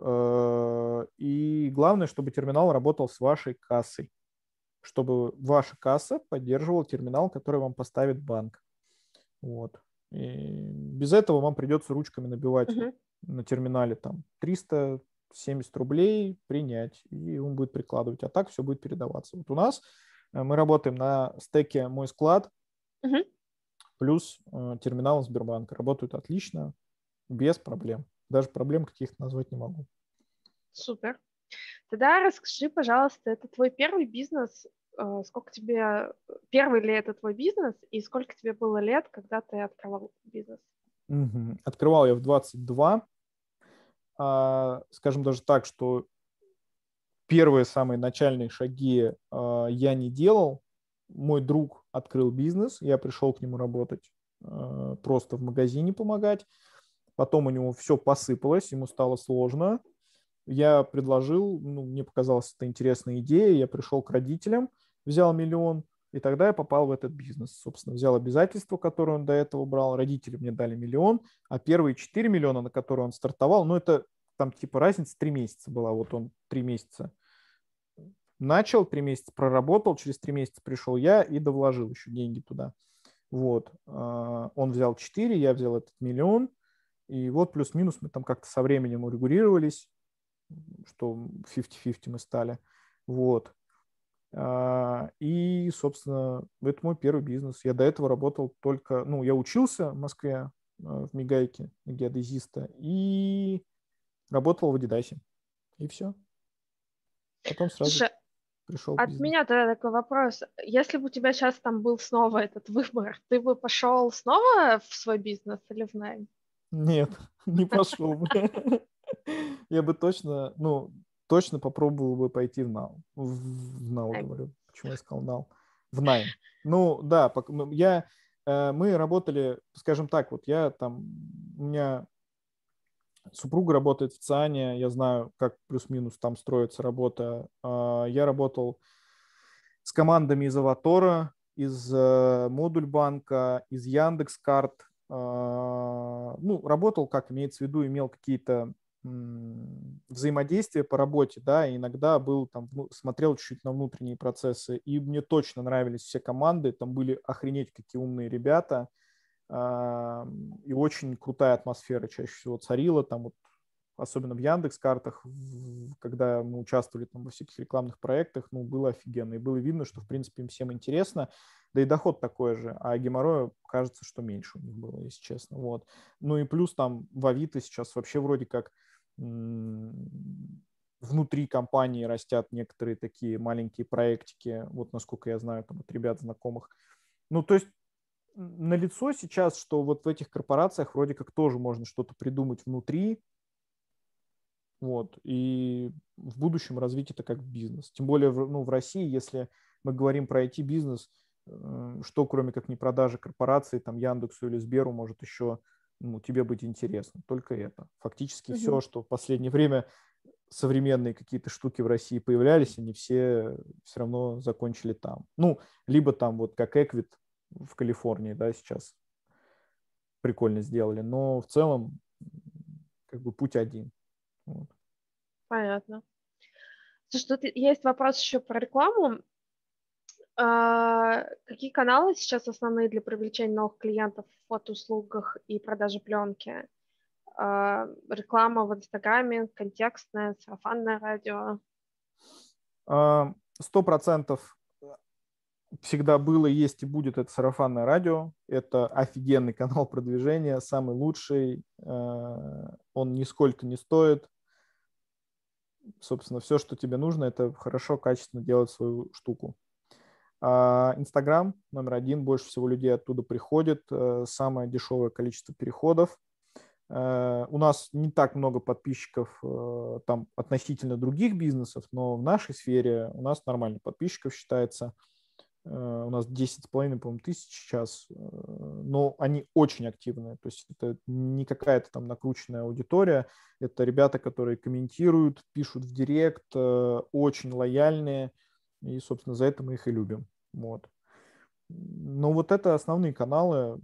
И главное, чтобы терминал работал с вашей кассой, чтобы ваша касса поддерживала терминал, который вам поставит банк. Вот. И без этого вам придется ручками набивать на терминале там 370 рублей, принять, и он будет прикладывать. А так все будет передаваться. Вот у нас мы работаем на стеке «Мой склад», плюс терминал Сбербанка. Работают отлично, без проблем. Даже проблем каких-то назвать не могу. Супер. Тогда расскажи, пожалуйста, это твой первый бизнес? Сколько тебе... Первый ли это твой бизнес? И сколько тебе было лет, когда ты открывал бизнес? Открывал я в 22. Скажем даже так, что первые самые начальные шаги я не делал. Мой друг открыл бизнес, я пришел к нему работать, просто в магазине помогать. Потом у него все посыпалось, ему стало сложно. Я предложил, мне показалась это интересная идея, я пришел к родителям, взял 1 миллион, и тогда я попал в этот бизнес. Собственно, взял обязательства, которые он до этого брал, родители мне дали 1 миллион, а первые 4 миллиона, на которые он стартовал, это там типа разница 3 месяца была, вот он 3 месяца начал, 3 месяца проработал, через 3 месяца пришел я и довложил еще деньги туда. Вот. Он взял 4, я взял этот 1 миллион, и вот плюс-минус мы там как-то со временем урегулировались, что 50-50 мы стали. Вот. И, собственно, это мой первый бизнес. Я до этого работал только... я учился в Москве в Мигайке на геодезиста и работал в Адидасе. И все. Потом сразу пришел от бизнес. меня тогда такой вопрос. Если бы у тебя сейчас там был снова этот выбор, ты бы пошел снова в свой бизнес или в найм? Нет, не пошел бы. Я бы точно попробовал бы пойти в нал. В нал, говорю. Почему я сказал нал? В найм. Да, мы работали, скажем так, вот я там, у меня супруга работает в ЦИАНе, я знаю, как плюс-минус там строится работа. Я работал с командами из Аватора, из Модульбанка, из Яндекс.Карт. Работал, как имеется в виду, имел какие-то взаимодействия по работе, да, и иногда был там, смотрел чуть-чуть на внутренние процессы, и мне точно нравились все команды, там были охренеть какие умные ребята, и очень крутая атмосфера чаще всего царила, там вот, особенно в Яндекс.Картах, когда мы участвовали там во всяких рекламных проектах, было офигенно, и было видно, что, в принципе, им всем интересно, да и доход такой же, а геморроя, кажется, что меньше у них было, если честно, вот. И плюс там в Авито сейчас вообще вроде как внутри компании растят некоторые такие маленькие проектики, вот насколько я знаю, там от ребят знакомых. То есть налицо сейчас, что вот в этих корпорациях вроде как тоже можно что-то придумать внутри, вот, и в будущем развить это как бизнес. Тем более в России, если мы говорим про IT-бизнес, что кроме как не продажи корпорации, там Яндексу или Сберу может еще тебе быть интересно. Только это. Фактически все, что в последнее время современные какие-то штуки в России появлялись, они все равно закончили там. Либо там вот как Equit в Калифорнии, да, сейчас прикольно сделали, но в целом как бы путь один. Вот. Понятно. Слушай, тут есть вопрос еще про рекламу. Какие каналы сейчас основные для привлечения новых клиентов в фотоуслугах и продажи пленки? Реклама в Инстаграме, контекстная, сарафанное радио? 100% всегда было, есть и будет, это сарафанное радио. Это офигенный канал продвижения, самый лучший. Он нисколько не стоит. Собственно, все, что тебе нужно, это хорошо, качественно делать свою штуку. Инстаграм номер 1, больше всего людей оттуда приходит, самое дешевое количество переходов. У нас не так много подписчиков там относительно других бизнесов, но в нашей сфере у нас нормально подписчиков считается. У нас 10,5, по-моему, тысяч сейчас, но они очень активные, то есть это не какая-то там накрученная аудитория, это ребята, которые комментируют, пишут в директ, очень лояльные, и, собственно, за это мы их и любим. Вот. Но вот это основные каналы.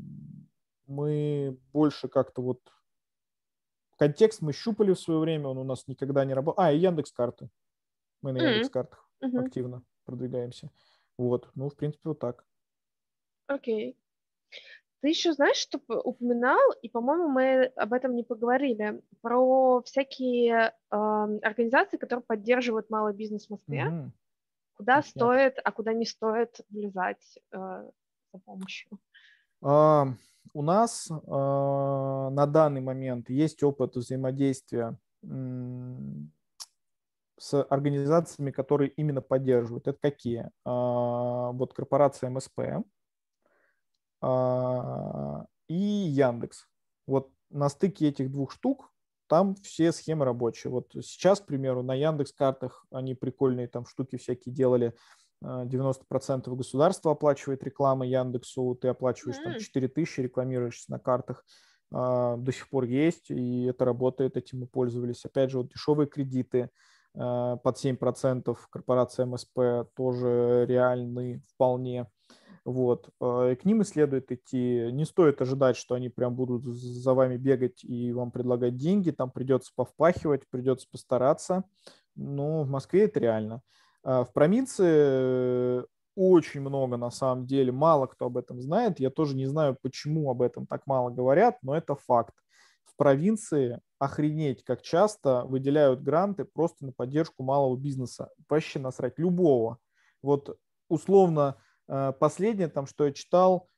Мы больше как-то вот контекст мы щупали в свое время, он у нас никогда не работал. И Яндекс.Карты. Мы на Яндекс.Картах активно продвигаемся. Вот, ну, в принципе, вот так. Окей. Ты еще знаешь, что упоминал, и, по-моему, мы об этом не поговорили, про всякие организации, которые поддерживают малый бизнес в Москве, куда стоит, а куда не стоит влезать за помощью. У нас на данный момент есть опыт взаимодействия с организациями, которые именно поддерживают. Это какие? Вот корпорация МСП и Яндекс. Вот на стыке этих двух штук там все схемы рабочие. Вот сейчас, к примеру, на Яндекс.Картах они прикольные там штуки всякие делали. 90% государство оплачивает рекламу Яндексу, ты оплачиваешь там 4000, рекламируешься на картах. До сих пор есть, и это работает, этим мы пользовались. Опять же, вот дешевые кредиты под 7%, корпорация МСП тоже реальны вполне. Вот. И к ним и следует идти. Не стоит ожидать, что они прям будут за вами бегать и вам предлагать деньги. Там придется повпахивать, придется постараться. Но в Москве это реально. В провинции очень много, на самом деле. Мало кто об этом знает. Я тоже не знаю, почему об этом так мало говорят, но это факт. В провинции охренеть, как часто выделяют гранты просто на поддержку малого бизнеса. Вообще насрать, любого. Вот условно последнее, там, что я читал,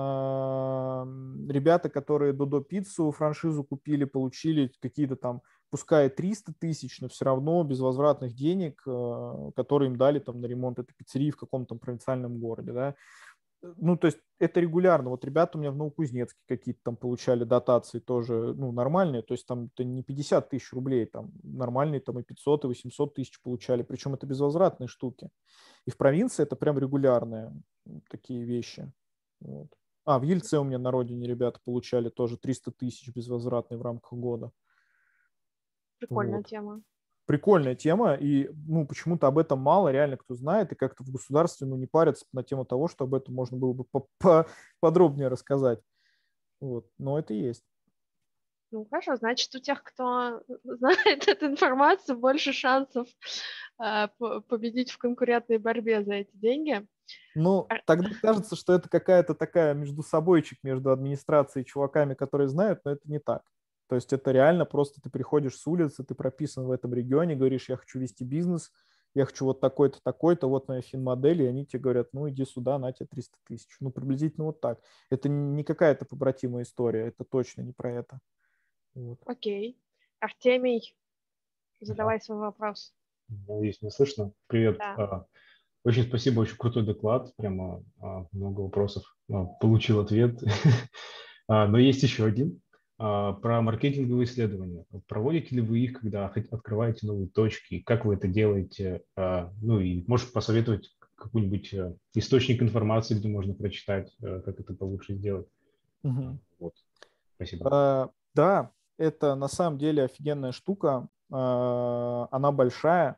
ребята, которые Додо Пиццу франшизу купили, получили какие-то там, пускай 300 тысяч, но все равно безвозвратных денег, которые им дали там на ремонт этой пиццерии в каком-то провинциальном городе, да. Ну, то есть это регулярно. Вот ребята у меня в Новокузнецке какие-то там получали дотации тоже, ну, нормальные. То есть там это не 50 тысяч рублей, там нормальные там и 500, и 800 тысяч получали. Причем это безвозвратные штуки. И в провинции это прям регулярные такие вещи. Вот. В Ельце у меня на родине ребята получали тоже 300 тысяч безвозвратные в рамках года. Прикольная тема. Прикольная тема, и ну, почему-то об этом мало реально кто знает, и как-то в государстве не парятся на тему того, что об этом можно было бы подробнее рассказать. Вот. Но это есть. Ну, хорошо, значит, у тех, кто знает эту информацию, больше шансов победить в конкурентной борьбе за эти деньги. Ну, тогда кажется, что это какая-то такая междусобойчик между администрацией и чуваками, которые знают, но это не так. То есть это реально просто ты приходишь с улицы, ты прописан в этом регионе, говоришь, я хочу вести бизнес, я хочу вот такой-то, такой-то, вот моя финмодель, и они тебе говорят, ну иди сюда, на тебе 300 тысяч. Ну, приблизительно вот так. Это не какая-то побратимая история, это точно не про это. Вот. Окей. Артемий, задавай свой вопрос. Надеюсь, не слышно. Привет. Да. Очень спасибо, очень крутой доклад, прямо много вопросов получил ответ. Но есть еще один. Про маркетинговые исследования. Проводите ли вы их, когда открываете новые точки? Как вы это делаете? Ну и можешь посоветовать какой-нибудь источник информации, где можно прочитать, как это получше сделать? Вот. Спасибо. Да, это на самом деле офигенная штука. Она большая.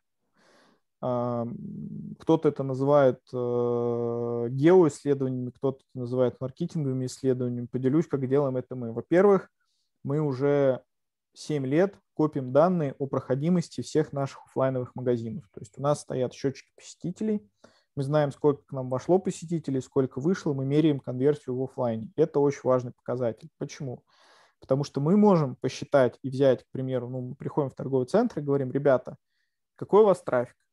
Кто-то это называет геоисследованиями, кто-то это называет маркетинговыми исследованиями. Поделюсь, как делаем это мы. Во-первых, мы уже 7 лет копим данные о проходимости всех наших офлайновых магазинов. То есть у нас стоят счетчики посетителей, мы знаем, сколько к нам вошло посетителей, сколько вышло, мы меряем конверсию в офлайне. Это очень важный показатель. Почему? Потому что мы можем посчитать и взять, к примеру, мы приходим в торговый центр и говорим, ребята, какой у вас трафик?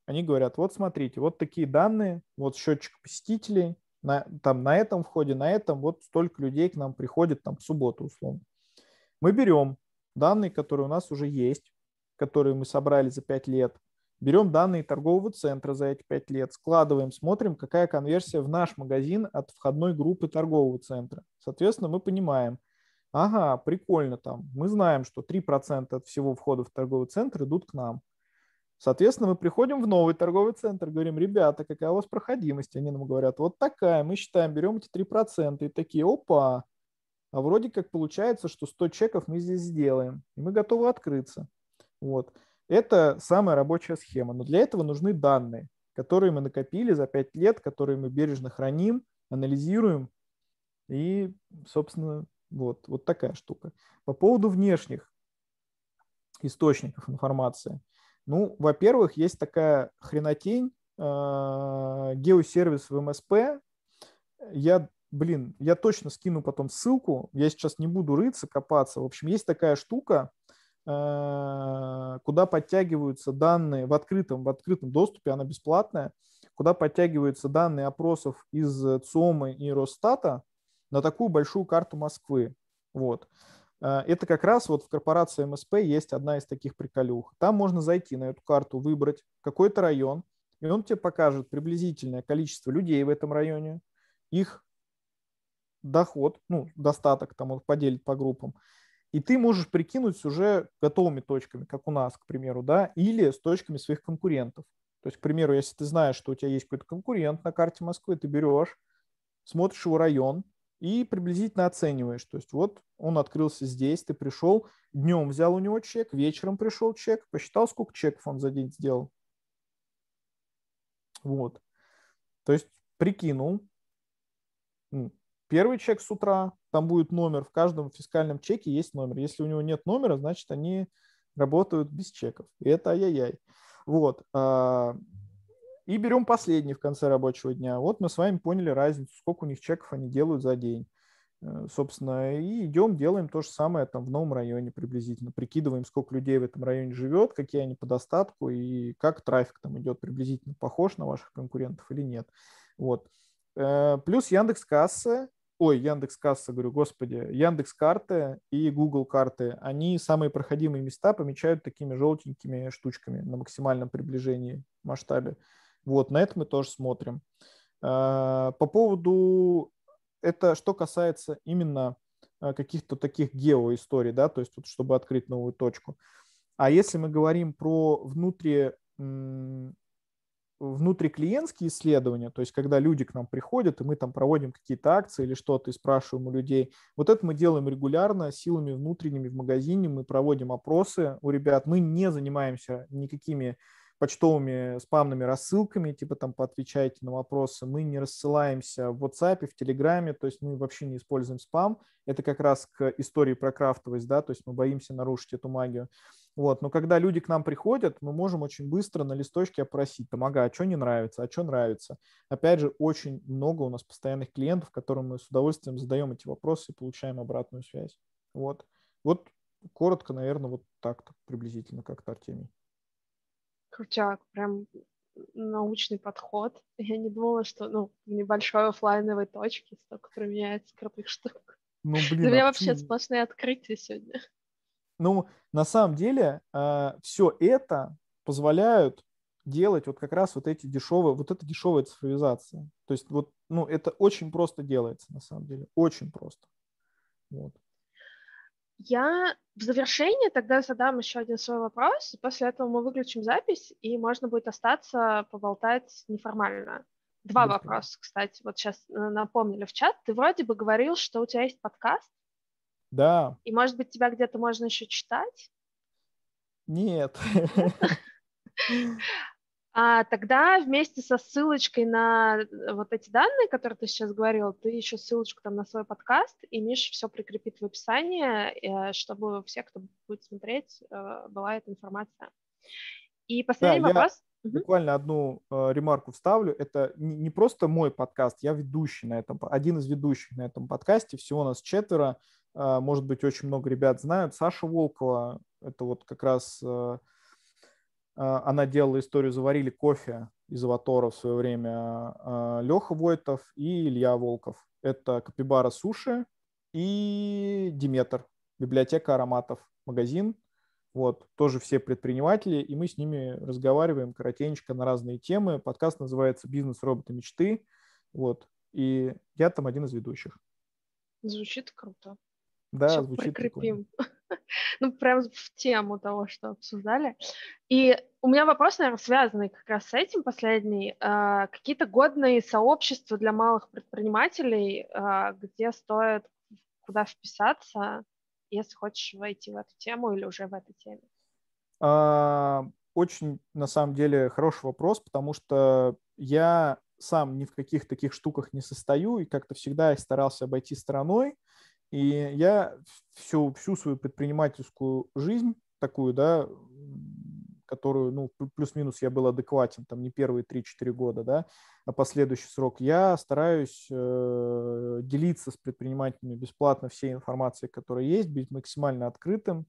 они говорят, вот смотрите, вот такие данные, вот счетчик посетителей, на этом входе, на этом вот столько людей к нам приходит там в субботу условно. Мы берем данные, которые у нас уже есть, которые мы собрали за 5 лет, берем данные торгового центра за эти 5 лет, складываем, смотрим, какая конверсия в наш магазин от входной группы торгового центра. Соответственно, мы понимаем, ага, прикольно там, мы знаем, что 3% от всего входа в торговый центр идут к нам. Соответственно, мы приходим в новый торговый центр, говорим, ребята, какая у вас проходимость? Они нам говорят, вот такая, мы считаем, берем эти 3%, и такие, опа, а вроде как получается, что 100 чеков мы здесь сделаем, и мы готовы открыться. Вот. Это самая рабочая схема, но для этого нужны данные, которые мы накопили за 5 лет, которые мы бережно храним, анализируем, и, собственно, вот такая штука. По поводу внешних источников информации. Ну, во-первых, есть такая хренотень, геосервис в МСП. Я точно скину потом ссылку. Я сейчас не буду рыться, копаться. В общем, есть такая штука, куда подтягиваются данные в открытом доступе, она бесплатная, куда подтягиваются данные опросов из ЦИОМа и Росстата на такую большую карту Москвы. Вот. Это как раз вот в корпорации МСП есть одна из таких приколюх. Там можно зайти на эту карту, выбрать какой-то район, и он тебе покажет приблизительное количество людей в этом районе, их доход, достаток, там он поделит по группам. И ты можешь прикинуть с уже готовыми точками, как у нас, к примеру, да, или с точками своих конкурентов. То есть, к примеру, если ты знаешь, что у тебя есть какой-то конкурент на карте Москвы, ты берешь, смотришь его район, и приблизительно оцениваешь. То есть вот он открылся здесь, ты пришел, днем взял у него чек, вечером пришел чек, посчитал, сколько чеков он за день сделал. Вот. То есть прикинул. Первый чек с утра, там будет номер, в каждом фискальном чеке есть номер. Если у него нет номера, значит, они работают без чеков. И это ай-яй-яй. Вот. И берем последний в конце рабочего дня. Вот мы с вами поняли разницу, сколько у них чеков они делают за день. Собственно, и идем, делаем то же самое там в новом районе приблизительно. Прикидываем, сколько людей в этом районе живет, какие они по достатку и как трафик там идет приблизительно. Похож на ваших конкурентов или нет. Вот. Плюс Яндекс.Касса, Яндекс.Карты и Google карты, они самые проходимые места помечают такими желтенькими штучками на максимальном приближении, масштабе. Вот, на это мы тоже смотрим. По поводу, это что касается именно каких-то таких геоисторий, да, то есть вот, чтобы открыть новую точку. А если мы говорим про внутриклиентские исследования, то есть когда люди к нам приходят, и мы там проводим какие-то акции или что-то и спрашиваем у людей, вот это мы делаем регулярно силами внутренними в магазине, мы проводим опросы у ребят, мы не занимаемся никакими почтовыми спамными рассылками, типа там поотвечайте на вопросы, мы не рассылаемся в WhatsApp, в Телеграме, то есть мы вообще не используем спам, это как раз к истории про крафтовость, да, то есть мы боимся нарушить эту магию. Вот. Но когда люди к нам приходят, мы можем очень быстро на листочке опросить, там, ага, а что не нравится, а что нравится. Опять же, очень много у нас постоянных клиентов, которым мы с удовольствием задаем эти вопросы и получаем обратную связь. Вот коротко, наверное, вот так-то приблизительно как-то, Артемий. Крутяк, прям научный подход. Я не думала, что в небольшой офлайновой точке столько применяется крутых штук. Ну, блин, Для меня вообще сплошные открытия сегодня. Ну, на самом деле, все это позволяют делать вот как раз вот эта дешевая цифровизация. То есть вот, это очень просто делается, на самом деле, очень просто. Вот. Я в завершение тогда задам еще один свой вопрос, после этого мы выключим запись, и можно будет остаться, поболтать неформально. Два вопроса, кстати, вот сейчас напомнили в чат. Ты вроде бы говорил, что у тебя есть подкаст. Да. И, может быть, тебя где-то можно еще читать? Нет. Тогда вместе со ссылочкой на вот эти данные, которые ты сейчас говорил, ты еще ссылочку там на свой подкаст, и Миша все прикрепит в описании, чтобы у всех, кто будет смотреть, была эта информация. И последний вопрос. Буквально одну ремарку вставлю. Это не просто мой подкаст, я ведущий один из ведущих на этом подкасте. Всего нас 4. Может быть, очень много ребят знают. Саша Волкова, это вот как раз Она делала историю «Заварили кофе» из «Аватара» в свое время, Леха Войтов и Илья Волков. Это Капибара Суши и Диметр, библиотека ароматов, магазин. Вот, тоже все предприниматели, и мы с ними разговариваем коротенько на разные темы. Подкаст называется «Бизнес. Роботы. Мечты». Вот, и я там один из ведущих. Звучит круто. Да, Сейчас звучит прикрепим. Ну, прям в тему того, что обсуждали. И у меня вопрос, наверное, связанный как раз с этим последний. Какие-то годные сообщества для малых предпринимателей, где стоит куда вписаться, если хочешь войти в эту тему или уже в этой теме? Очень, на самом деле, хороший вопрос, потому что я сам ни в каких таких штуках не состою и как-то всегда их старался обойти стороной. И я всю свою предпринимательскую жизнь такую, да, которую, ну, плюс-минус я был адекватен, там, не первые 3-4 года, да, а последующий срок, я стараюсь делиться с предпринимателями бесплатно всей информацией, которая есть, быть максимально открытым.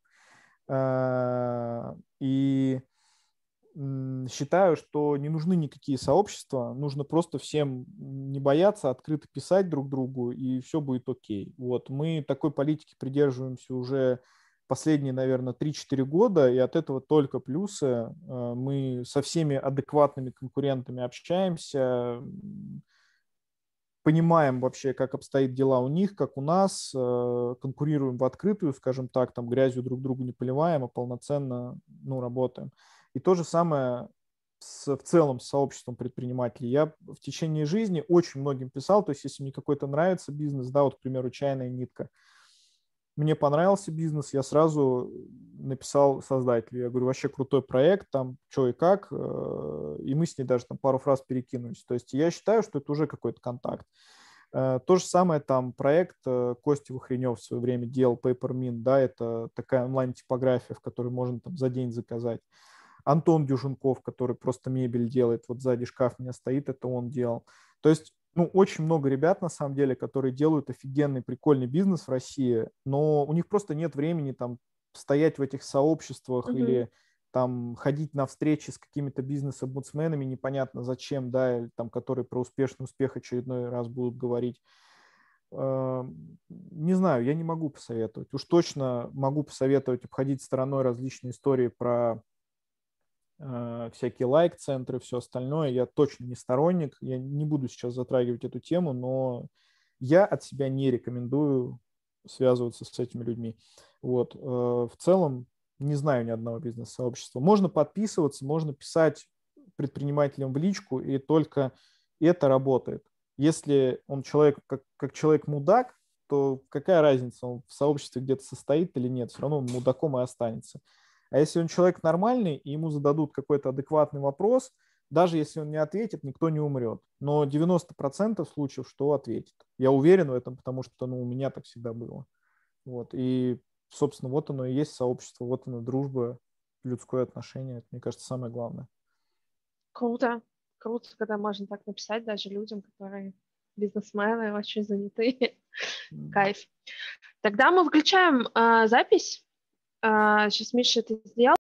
И считаю, что не нужны никакие сообщества, нужно просто всем не бояться, открыто писать друг другу, и все будет окей. Вот. Мы такой политики придерживаемся уже последние, наверное, 3-4 года, и от этого только плюсы. Мы со всеми адекватными конкурентами общаемся, понимаем вообще, как обстоят дела у них, как у нас, конкурируем в открытую, скажем так, там грязью друг другу не поливаем, а полноценно, ну, работаем. И то же самое в целом с сообществом предпринимателей. Я в течение жизни очень многим писал, то есть если мне какой-то нравится бизнес, да, вот, к примеру, чайная нитка, мне понравился бизнес, я сразу написал создателю, я говорю, вообще крутой проект, там, что и как, и мы с ней даже там пару фраз перекинулись. То есть я считаю, что это уже какой-то контакт. То же самое там проект Костя Вахренев в свое время делал, Papermin, да, это такая онлайн-типография, в которой можно там за день заказать. Антон Дюженков, который просто мебель делает, вот сзади шкаф у меня стоит, это он делал. То есть, ну, очень много ребят, на самом деле, которые делают офигенный, прикольный бизнес в России, но у них просто нет времени там стоять в этих сообществах или там ходить на встречи с какими-то бизнес-омбудсменами, непонятно зачем, да, или там, которые про успешный успех очередной раз будут говорить. Не знаю, я не могу посоветовать. Уж точно могу посоветовать обходить стороной различные истории про всякие лайк-центры, все остальное. Я точно не сторонник, я не буду сейчас затрагивать эту тему, но я от себя не рекомендую связываться с этими людьми. Вот. В целом не знаю ни одного бизнес-сообщества. Можно подписываться, можно писать предпринимателям в личку, и только это работает. Если он человек, как человек-мудак, то какая разница, он в сообществе где-то состоит или нет, все равно он мудаком и останется. А если он человек нормальный, и ему зададут какой-то адекватный вопрос, даже если он не ответит, никто не умрет. Но 90% случаев, что ответит. Я уверен в этом, потому что у меня так всегда было. Вот. И, собственно, вот оно и есть сообщество, вот оно дружба, людское отношение. Это, мне кажется, самое главное. Круто. Круто, когда можно так написать даже людям, которые бизнесмены, очень занятые. Кайф. Тогда мы выключаем запись. Сейчас Миша это сделал.